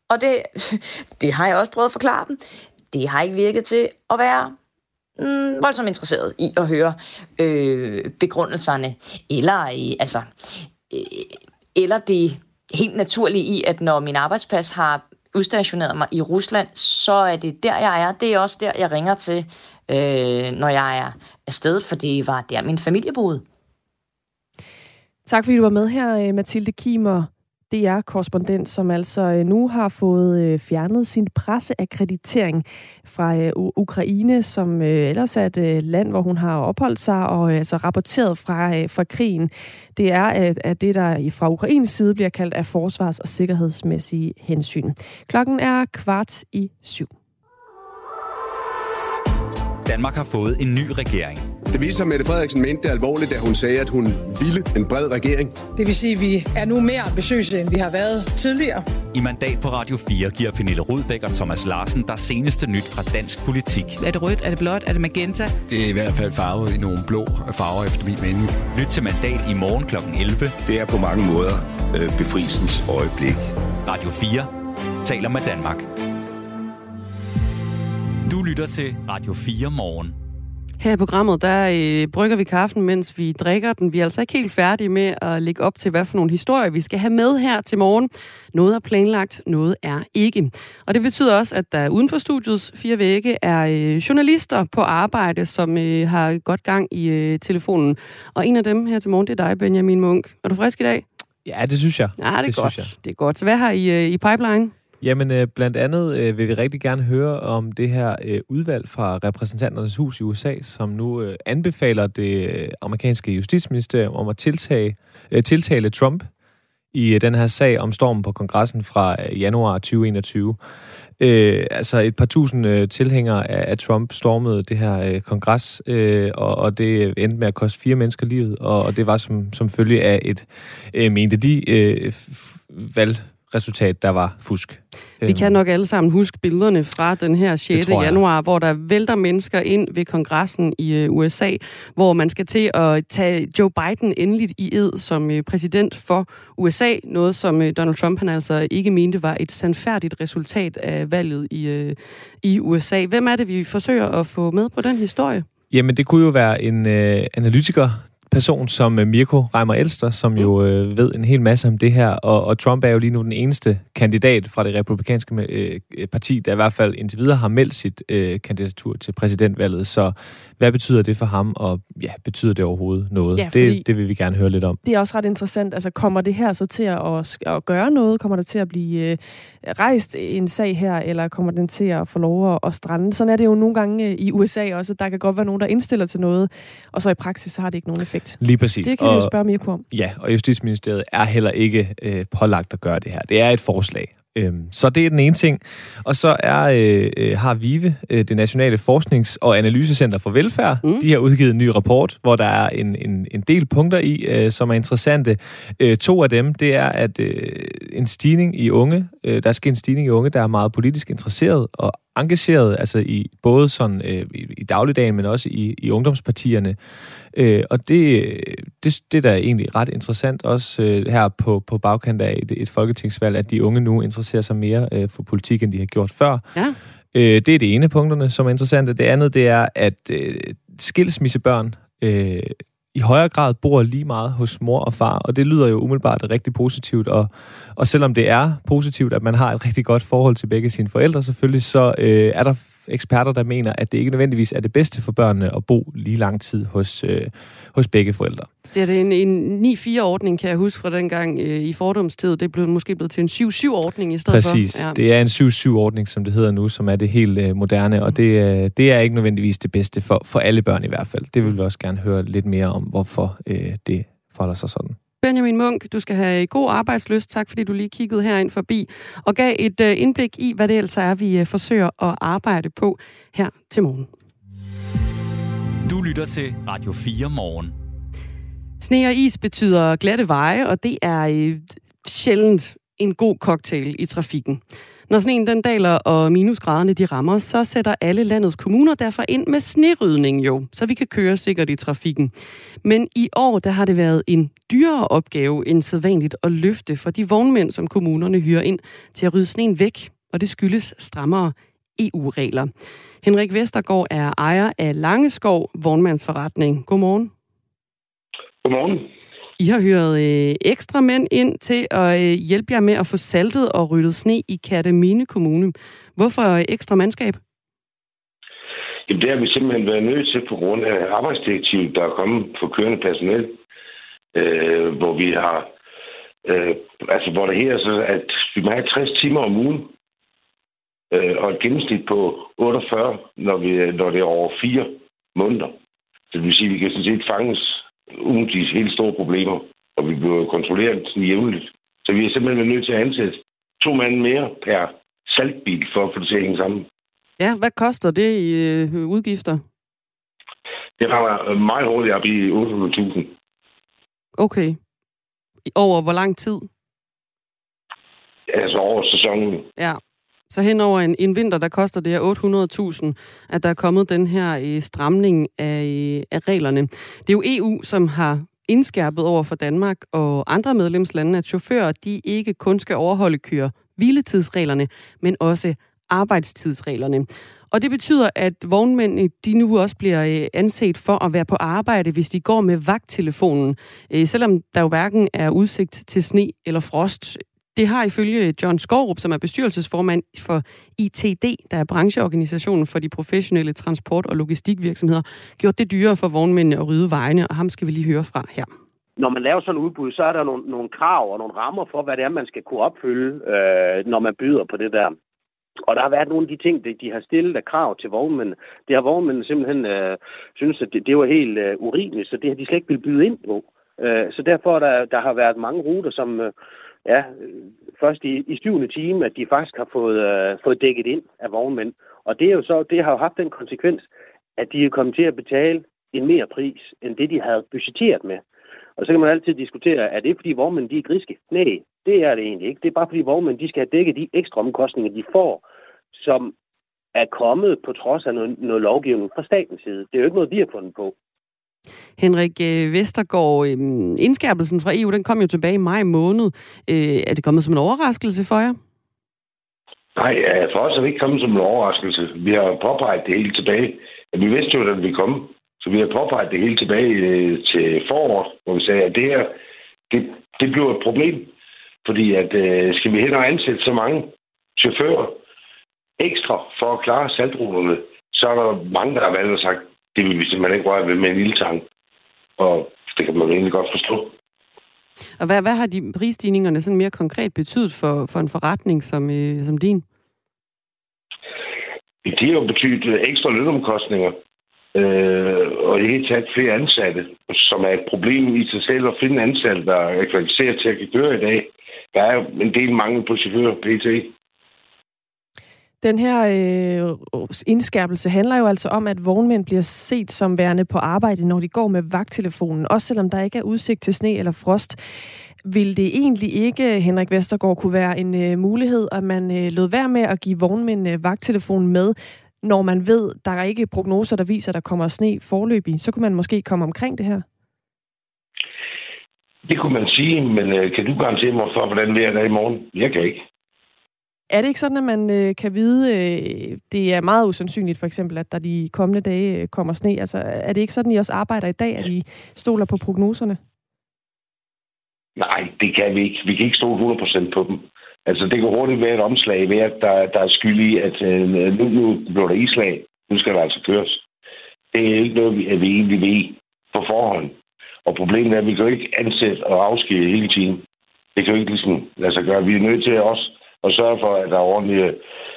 Og det har jeg også prøvet at forklare dem. Det har ikke virket til at være voldsomt interesseret i at høre begrundelserne, eller det helt naturlige i, at når min arbejdsplads har udstationeret mig i Rusland, så er det der, jeg er. Det er også der, jeg ringer til, når jeg er afsted, for det var der, min familie boede. Tak fordi du var med her, Mathilde Kiemer, DR-korrespondent, som altså nu har fået fjernet sin presseakkreditering fra Ukraine, som ellers er et land, hvor hun har opholdt sig og altså rapporteret fra krigen. Det er at det, der fra Ukraines side bliver kaldt af forsvars- og sikkerhedsmæssige hensyn. Klokken er 6:15. Danmark har fået en ny regering. Det viser sig, at Mette Frederiksen mente det alvorligt, da hun sagde, at hun ville en bred regering. Det vil sige, at vi er nu mere ambitiøse, end vi har været tidligere. I Mandat på Radio 4 giver Pernille Rudbæk og Thomas Larsen der seneste nyt fra dansk politik. Er det rødt? Er det blåt? Er det magenta? Det er i hvert fald farvet i nogle blå farver, efter min mening. Lyt til Mandat i morgen kl. 11. Det er på mange måder befrielsens øjeblik. Radio 4 taler med Danmark. Du lytter til Radio 4 morgen. Her i programmet, der brygger vi kaffen, mens vi drikker den. Vi er altså ikke helt færdige med at lægge op til, hvad for nogle historier vi skal have med her til morgen. Noget er planlagt, noget er ikke. Og det betyder også, at der uden for studiets 4 vægge er journalister på arbejde, som har godt gang i telefonen. Og en af dem her til morgen, det er dig, Benjamin Munk. Er du frisk i dag? Ja, det synes jeg. Ja, det er godt. Det er godt. Så hvad har I pipeline? Jamen, blandt andet vil vi rigtig gerne høre om det her udvalg fra repræsentanternes hus i USA, som nu anbefaler det amerikanske justitsministerium om at tiltale Trump i den her sag om stormen på kongressen fra januar 2021. Altså et par tusind tilhængere af Trump stormede det her kongres, og det endte med at koste 4 mennesker livet, og det var som følge af et, mente de, valgresultat, der var fusk. Vi kan nok alle sammen huske billederne fra den her 6. januar, hvor der vælter mennesker ind ved kongressen i USA, hvor man skal til at tage Joe Biden endeligt i ed som præsident for USA. Noget, som Donald Trump han altså ikke mente var et sandfærdigt resultat af valget i USA. Hvem er det, vi forsøger at få med på den historie? Jamen, det kunne jo være en analytiker, person som Mirko Reimer-Elster, som jo ved en hel masse om det her, og Trump er jo lige nu den eneste kandidat fra det republikanske parti, der i hvert fald indtil videre har meldt sit kandidatur til præsidentvalget. Så hvad betyder det for ham, og ja, betyder det overhovedet noget? Ja, det vil vi gerne høre lidt om. Det er også ret interessant. Altså, kommer det her så til at gøre noget? Kommer der til at blive rejst en sag her, eller kommer den til at få lov at strande? Sådan er det jo nogle gange i USA også. Der kan godt være nogen, der indstiller til noget, og så i praksis så har det ikke nogen effekt. Lige præcis. Det kan vi jo spørge Mirko om. Ja, og Justitsministeriet er heller ikke pålagt at gøre det her. Det er et forslag. Så det er den ene ting. Og så har VIVE, det Nationale Forsknings- og Analysecenter for Velfærd, de har udgivet en ny rapport, hvor der er en del punkter i, som er interessante. 2 af dem, det er, at en stigning i unge, der sker en stigning i unge, der er meget politisk interesseret og engageret, altså i både sådan i dagligdagen, men også i ungdomspartierne. Og det er da egentlig ret interessant også her på bagkant af et folketingsvalg, at de unge nu interesserer sig mere for politik, end de har gjort før. Ja. Det er det ene punkterne, som er interessante. Det andet, det er, at skilsmissebørn i højere grad bor lige meget hos mor og far, og det lyder jo umiddelbart rigtig positivt, og selvom det er positivt, at man har et rigtig godt forhold til begge sine forældre selvfølgelig, så er der eksperter, der mener, at det ikke nødvendigvis er det bedste for børnene at bo lige lang tid hos begge forældre. Det er en 9-4-ordning, kan jeg huske fra dengang i fordomstid. Det blev måske blevet til en 7-7-ordning i stedet for. Præcis. Ja. Det er en 7-7-ordning, som det hedder nu, som er det helt moderne, og det er ikke nødvendigvis det bedste for alle børn i hvert fald. Det vil vi også gerne høre lidt mere om, hvorfor det forholder sig sådan. Benjamin Munk, du skal have god arbejdslyst. Tak, fordi du lige kiggede herind forbi og gav et indblik i, hvad det altså er, vi forsøger at arbejde på her til morgen. Du lytter til Radio 4 morgen. Sne og is betyder glatte veje, og det er sjældent en god cocktail i trafikken. Når sneen den daler, og minusgraderne de rammer, så sætter alle landets kommuner derfor ind med snerydning jo, så vi kan køre sikkert i trafikken. Men i år, der har det været en dyrere opgave end sædvanligt at løfte for de vognmænd, som kommunerne hyrer ind til at rydde sneen væk, og det skyldes strammere EU-regler. Henrik Vestergaard er ejer af Langeskov Vognmandsforretning. Godmorgen. Godmorgen. I har hyret ekstra mænd ind til at hjælpe jer med at få saltet og ryddet sne i Kerteminde Kommune. Hvorfor ekstra mandskab? Jamen, det har vi simpelthen været nødt til på grund af arbejdsdirektivet, der er kommet for kørende personel, hvor vi har, hvor det her så, at vi må have 60 timer om ugen, og et gennemsnit på 48, når det er over 4 måneder. Så det vil sige, at vi kan sådan set fanges uden de helt store problemer, og vi bliver kontrolleret sådan jævnligt. Så vi er simpelthen været nødt til at ansætte 2 mand mere per saltbil for at få det til at hænge sammen. Ja, hvad koster det i udgifter? Det rammer meget hurtigt op i 800.000. Okay. Over hvor lang tid? Altså over sæsonen. Ja. Så hen over en vinter, der koster det 800.000, at der er kommet den her stramning af reglerne. Det er jo EU, som har indskærpet over for Danmark og andre medlemslande, at chauffører de ikke kun skal overholde køre-hviletidsreglerne, men også arbejdstidsreglerne. Og det betyder, at vognmændene de nu også bliver anset for at være på arbejde, hvis de går med vagttelefonen, selvom der jo hverken er udsigt til sne eller frost. Det har ifølge John Skårup, som er bestyrelsesformand for ITD, der er brancheorganisationen for de professionelle transport- og logistikvirksomheder, gjort det dyrere for vognmændene at rydde vejene, og ham skal vi lige høre fra her. Når man laver sådan en udbud, så er der nogle krav og nogle rammer for, hvad det er, man skal kunne opfylde, når man byder på det der. Og der har været nogle af de ting, de har stillet af krav til vognmændene. Det har vognmændene simpelthen synes, at det var helt urimeligt, så det har de slet ikke ville byde ind på. Så derfor der har været mange ruter, som først i 7. time, at de faktisk har fået dækket ind af vognmænd. Og det er jo så, det har jo haft den konsekvens, at de er kommet til at betale en mere pris, end det de havde budgetteret med. Og så kan man altid diskutere, er det fordi vognmænd de er griske? Nej, det er det egentlig ikke. Det er bare fordi vognmænd de skal have dækket de ekstra omkostninger, de får, som er kommet på trods af noget lovgivning fra statens side. Det er jo ikke noget, vi har fundet på. Henrik Vestergaard, indskærpelsen fra EU, den kom jo tilbage i maj måned. Er det kommet som en overraskelse for jer? Nej, for os er det ikke kommet som en overraskelse. Vi har påpeget det hele tilbage. Vi vidste jo, at det ville komme. Så vi har påpeget det hele tilbage til foråret, hvor vi sagde, at det her, det bliver et problem. Fordi at skal vi hen og ansætte så mange chauffører ekstra for at klare saltruterne, så er der mange, der har valgt og sagt, det vil vi simpelthen ikke røre ved med en ildtang. Og det kan man jo egentlig godt forstå. Og hvad har de prisstigningerne sådan mere konkret betydet for en forretning som din? Det har jo betydet ekstra lønomkostninger. Og i det hele taget flere ansatte, som er et problem i sig selv at finde ansatte, der er kvalificeret til at kan køre i dag. Der er jo en del mangel på chauffører, PT. Den her indskærpelse handler jo altså om, at vognmænd bliver set som værende på arbejde, når de går med vagttelefonen, også selvom der ikke er udsigt til sne eller frost. Vil det egentlig ikke, Henrik Vestergaard, kunne være en mulighed, at man lod være med at give vognmænd vagttelefonen med, når man ved, der er ikke prognoser, der viser, at der kommer sne forløbig? Så kunne man måske komme omkring det her? Det kunne man sige, men kan du garantere mig for, hvordan vejret er i morgen? Jeg kan ikke. Er det ikke sådan, at man kan vide, det er meget usandsynligt for eksempel, at der de kommende dage kommer sne? Altså, er det ikke sådan, I også arbejder i dag, at I stoler på prognoserne? Nej, det kan vi ikke. Vi kan ikke stole 100% på dem. Altså, det kan hurtigt være et omslag ved, at der er skyld i, at nu bliver der islag. Nu skal der altså køres. Det er ikke noget, vi egentlig ved på forhånd. Og problemet er, at vi kan jo ikke ansætte og afskedige hele tiden. Det kan jo ikke ligesom lade sig gøre. Vi er nødt til også at sørge for, at der er ordentlige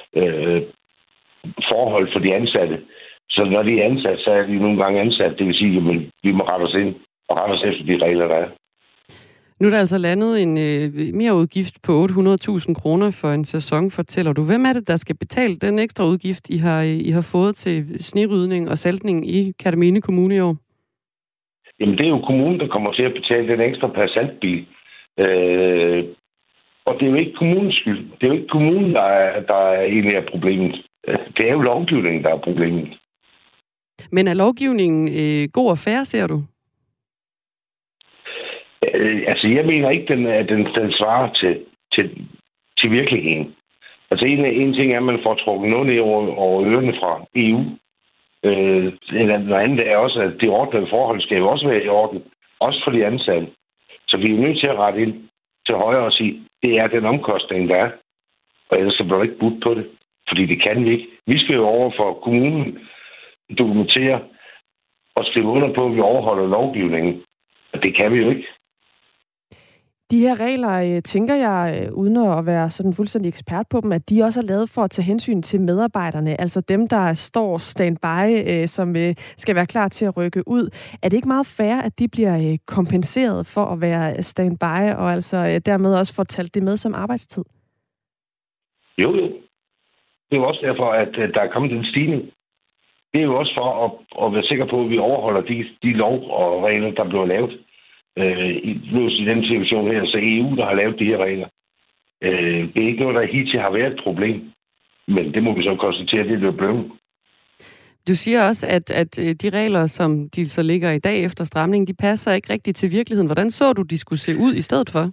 forhold for de ansatte. Så når de er ansat, så er de nogle gange ansat. Det vil sige, at vi må rette os ind og rette os efter de regler, der er. Nu er der altså landet en mere udgift på 800.000 kroner for en sæson, fortæller du. Hvem er det, der skal betale den ekstra udgift, I har fået til snerydning og saltning i Kerteminde Kommune i år? Jamen, det er jo kommunen, der kommer til at betale den ekstra per saltbil. Og det er jo ikke kommunens skyld. Det er jo ikke kommunen, der er egentlig af problemet. Det er jo lovgivningen, der er problemet. Men er lovgivningen god og fair, ser du? Altså, jeg mener ikke, at den svarer til virkeligheden. Altså, en ting er, at man får trukket noget ned over ørerne fra EU. Noget andet er også, at det ordnede forhold skal jo også være i orden. Også for de ansatte. Så vi er nødt til at rette ind til højre og sige, det er den omkostning, der er. Og ellers så bliver der ikke budt på det. Fordi det kan vi ikke. Vi skal jo over for kommunen dokumentere og skrive under på, at vi overholder lovgivningen. Og det kan vi jo ikke. De her regler, tænker jeg, uden at være sådan fuldstændig ekspert på dem, at de også er lavet for at tage hensyn til medarbejderne, altså dem, der står standby, som skal være klar til at rykke ud. Er det ikke meget fair, at de bliver kompenseret for at være standby, og altså dermed også får talt det med som arbejdstid? Jo. Det er jo også derfor, at der er kommet en stigning. Det er jo også for at være sikker på, at vi overholder de lov og regler, der bliver lavet. I den situation her, så EU, der har lavet de her regler. Det er ikke noget, der hidtil har været et problem. Men det må vi så konstatere, det er blevet. Du siger også, at de regler, som de så ligger i dag efter stramningen, de passer ikke rigtigt til virkeligheden. Hvordan så du, de skulle se ud i stedet for?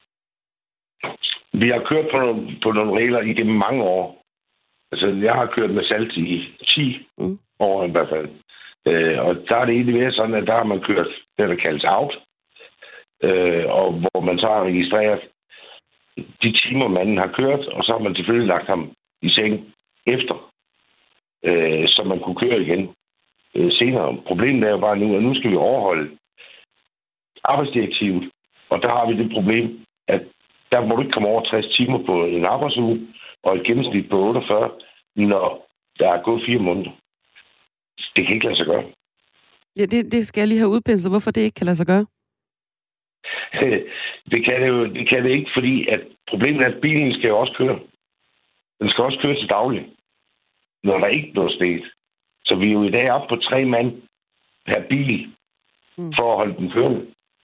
Vi har kørt på nogle regler igennem mange år. Altså, jeg har kørt med salt i 10 år i hvert fald. Og der er det egentlig været sådan, at der har man kørt det, der kaldes out. Og hvor man så har registreret de timer, manden har kørt, og så har man selvfølgelig lagt ham i seng efter, så man kunne køre igen senere. Problemet er jo bare nu, at nu skal vi overholde arbejdsdirektivet, og der har vi det problem, at der må du ikke komme over 60 timer på en arbejdsuge, og et gennemsnit på 48, når der er gået 4 måneder. Det kan ikke lade sig gøre. Ja, det skal jeg lige have udpenslet. Hvorfor det ikke kan lade sig gøre? Det kan det ikke, fordi at problemet er, at bilen skal jo også køre. Den skal også køre til daglig, når der ikke er noget sted. Så vi er jo i dag oppe på 3 mand per bil for at holde den kørende.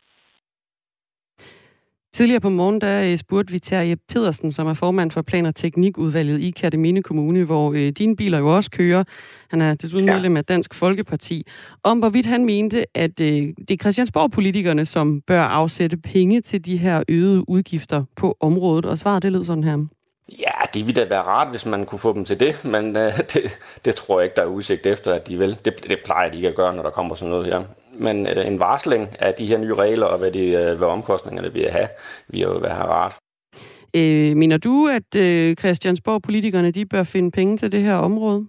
Tidligere på morgen, der spurgte vi Terje Pedersen, som er formand for Plan- og Teknikudvalget i Kerteminde Kommune, hvor dine biler jo også kører. Han er desuden medlem af Dansk Folkeparti. Om hvorvidt han mente, at det er Christiansborg-politikerne, som bør afsætte penge til de her øgede udgifter på området. Og svaret, det lød sådan her. Ja, det ville da være rart, hvis man kunne få dem til det, men det tror jeg ikke, der er udsigt efter, at de vil. Det plejer de ikke at gøre, når der kommer sådan noget her. Men en varsling af de her nye regler, og hvad omkostningerne vil have, vil jo være rart. Mener du, at Christiansborg-politikerne de bør finde penge til det her område?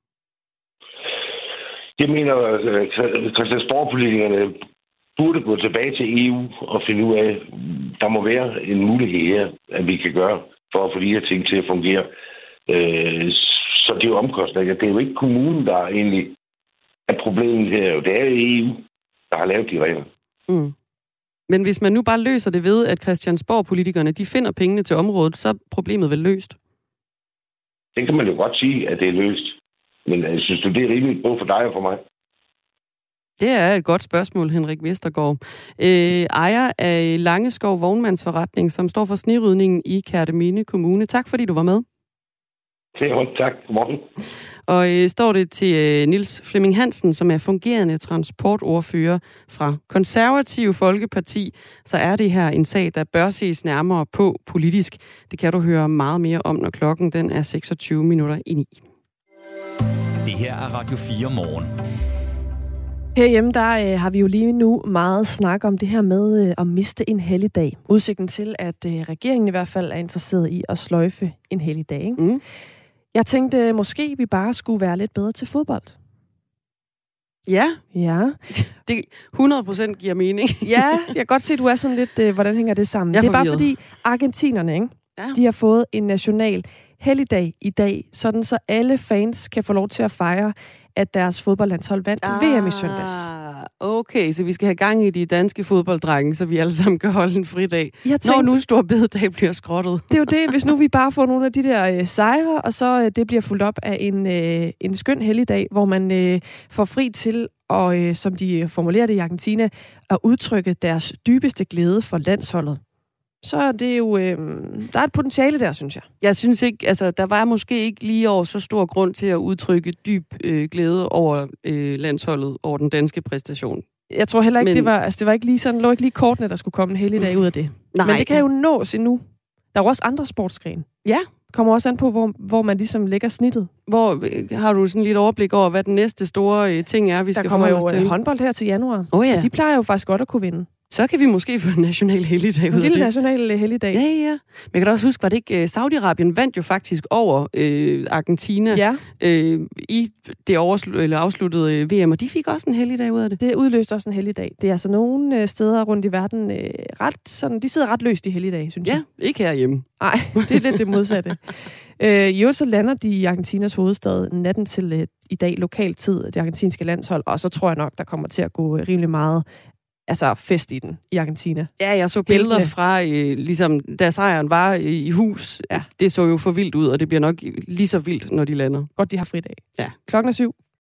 Jeg mener, at Christiansborg-politikerne burde gå tilbage til EU og finde ud af, at der må være en mulighed her, at vi kan gøre for at få de her ting til at fungere. Så det er jo omkostninger. Det er jo ikke kommunen, der egentlig er problemet her. Det er jo EU, der har lavet de regler. Men hvis man nu bare løser det ved, at Christiansborg-politikerne de finder pengene til området, så er problemet vel løst? Det kan man jo godt sige, at det er løst. Men jeg synes du, det er rimeligt både for dig og for mig? Det er et godt spørgsmål, Henrik Vestergaard. Ejer af Langeskov Vognmandsforretning, som står for snerydningen i Kerteminde Kommune. Tak fordi du var med. Tak. Godmorgen. Og står det til Niels Flemming Hansen, som er fungerende transportordfører fra Konservative Folkeparti, så er det her en sag, der bør ses nærmere på politisk. Det kan du høre meget mere om, når klokken den er 26 minutter i 9. Det her er Radio 4 morgen. Herhjemme, der har vi jo lige nu meget snak om det her med at miste en helligdag. Udsigten til, at regeringen i hvert fald er interesseret i at sløjfe en helligdag. Ikke? Jeg tænkte, måske vi bare skulle være lidt bedre til fodbold. Ja. Det 100% giver mening. Ja, jeg kan godt se, at du er sådan lidt, hvordan hænger det sammen? Det er bare fordi, argentinerne, ikke? Ja. De har fået en national helligdag i dag, sådan så alle fans kan få lov til at fejre, at deres fodboldlandshold vandt VM i søndags. Okay, så vi skal have gang i de danske fodbolddrenge, så vi alle sammen kan holde en fridag. Når nu stor bededag bliver skrottet. Det er jo det, hvis nu vi bare får nogle af de der sejre, og så det bliver fuldt op af en skøn helligdag, hvor man får fri til, og som de formulerer det i Argentina, at udtrykke deres dybeste glæde for landsholdet. så er det jo... der er et potentiale der, synes jeg. Jeg synes ikke, altså der var måske ikke lige over så stor grund til at udtrykke dyb glæde over landsholdet, over den danske præstation. Jeg tror heller ikke, det var ikke lige sådan, lå ikke lige kortene, der skulle komme en heldig dag ud af det. Nej. Men det kan jo nås endnu. Der er jo også andre sportsgrene. Ja. Kommer også an på, hvor man ligesom lægger snittet. Hvor har du sådan lidt overblik over, hvad den næste store ting er, vi skal forholde os til? Der kommer jo håndbold her til januar. Ja. Og de plejer jo faktisk godt at kunne vinde. Så kan vi måske få en national helligdag ud af det. En lille national helligdag. Ja. Men jeg kan da også huske, var det ikke Saudi-Arabien vandt jo faktisk over Argentina i det afsluttede VM, og de fik også en helligdag ud af det. Det udløste også en helligdag. Det er altså nogle steder rundt i verden de sidder ret løst i helligdag, synes jeg. Ja, ikke herhjemme. Nej, det er lidt det modsatte. I øvrigt så lander de i Argentinas hovedstad natten til i dag lokal tid, det argentinske landshold, og så tror jeg nok, der kommer til at gå rimelig meget fest i den i Argentina. Ja, jeg så billeder fra, ligesom da sejren var i hus. Ja. Det så jo for vildt ud, og det bliver nok lige så vildt, når de lander. Godt, de har fridag. Ja. 7:00.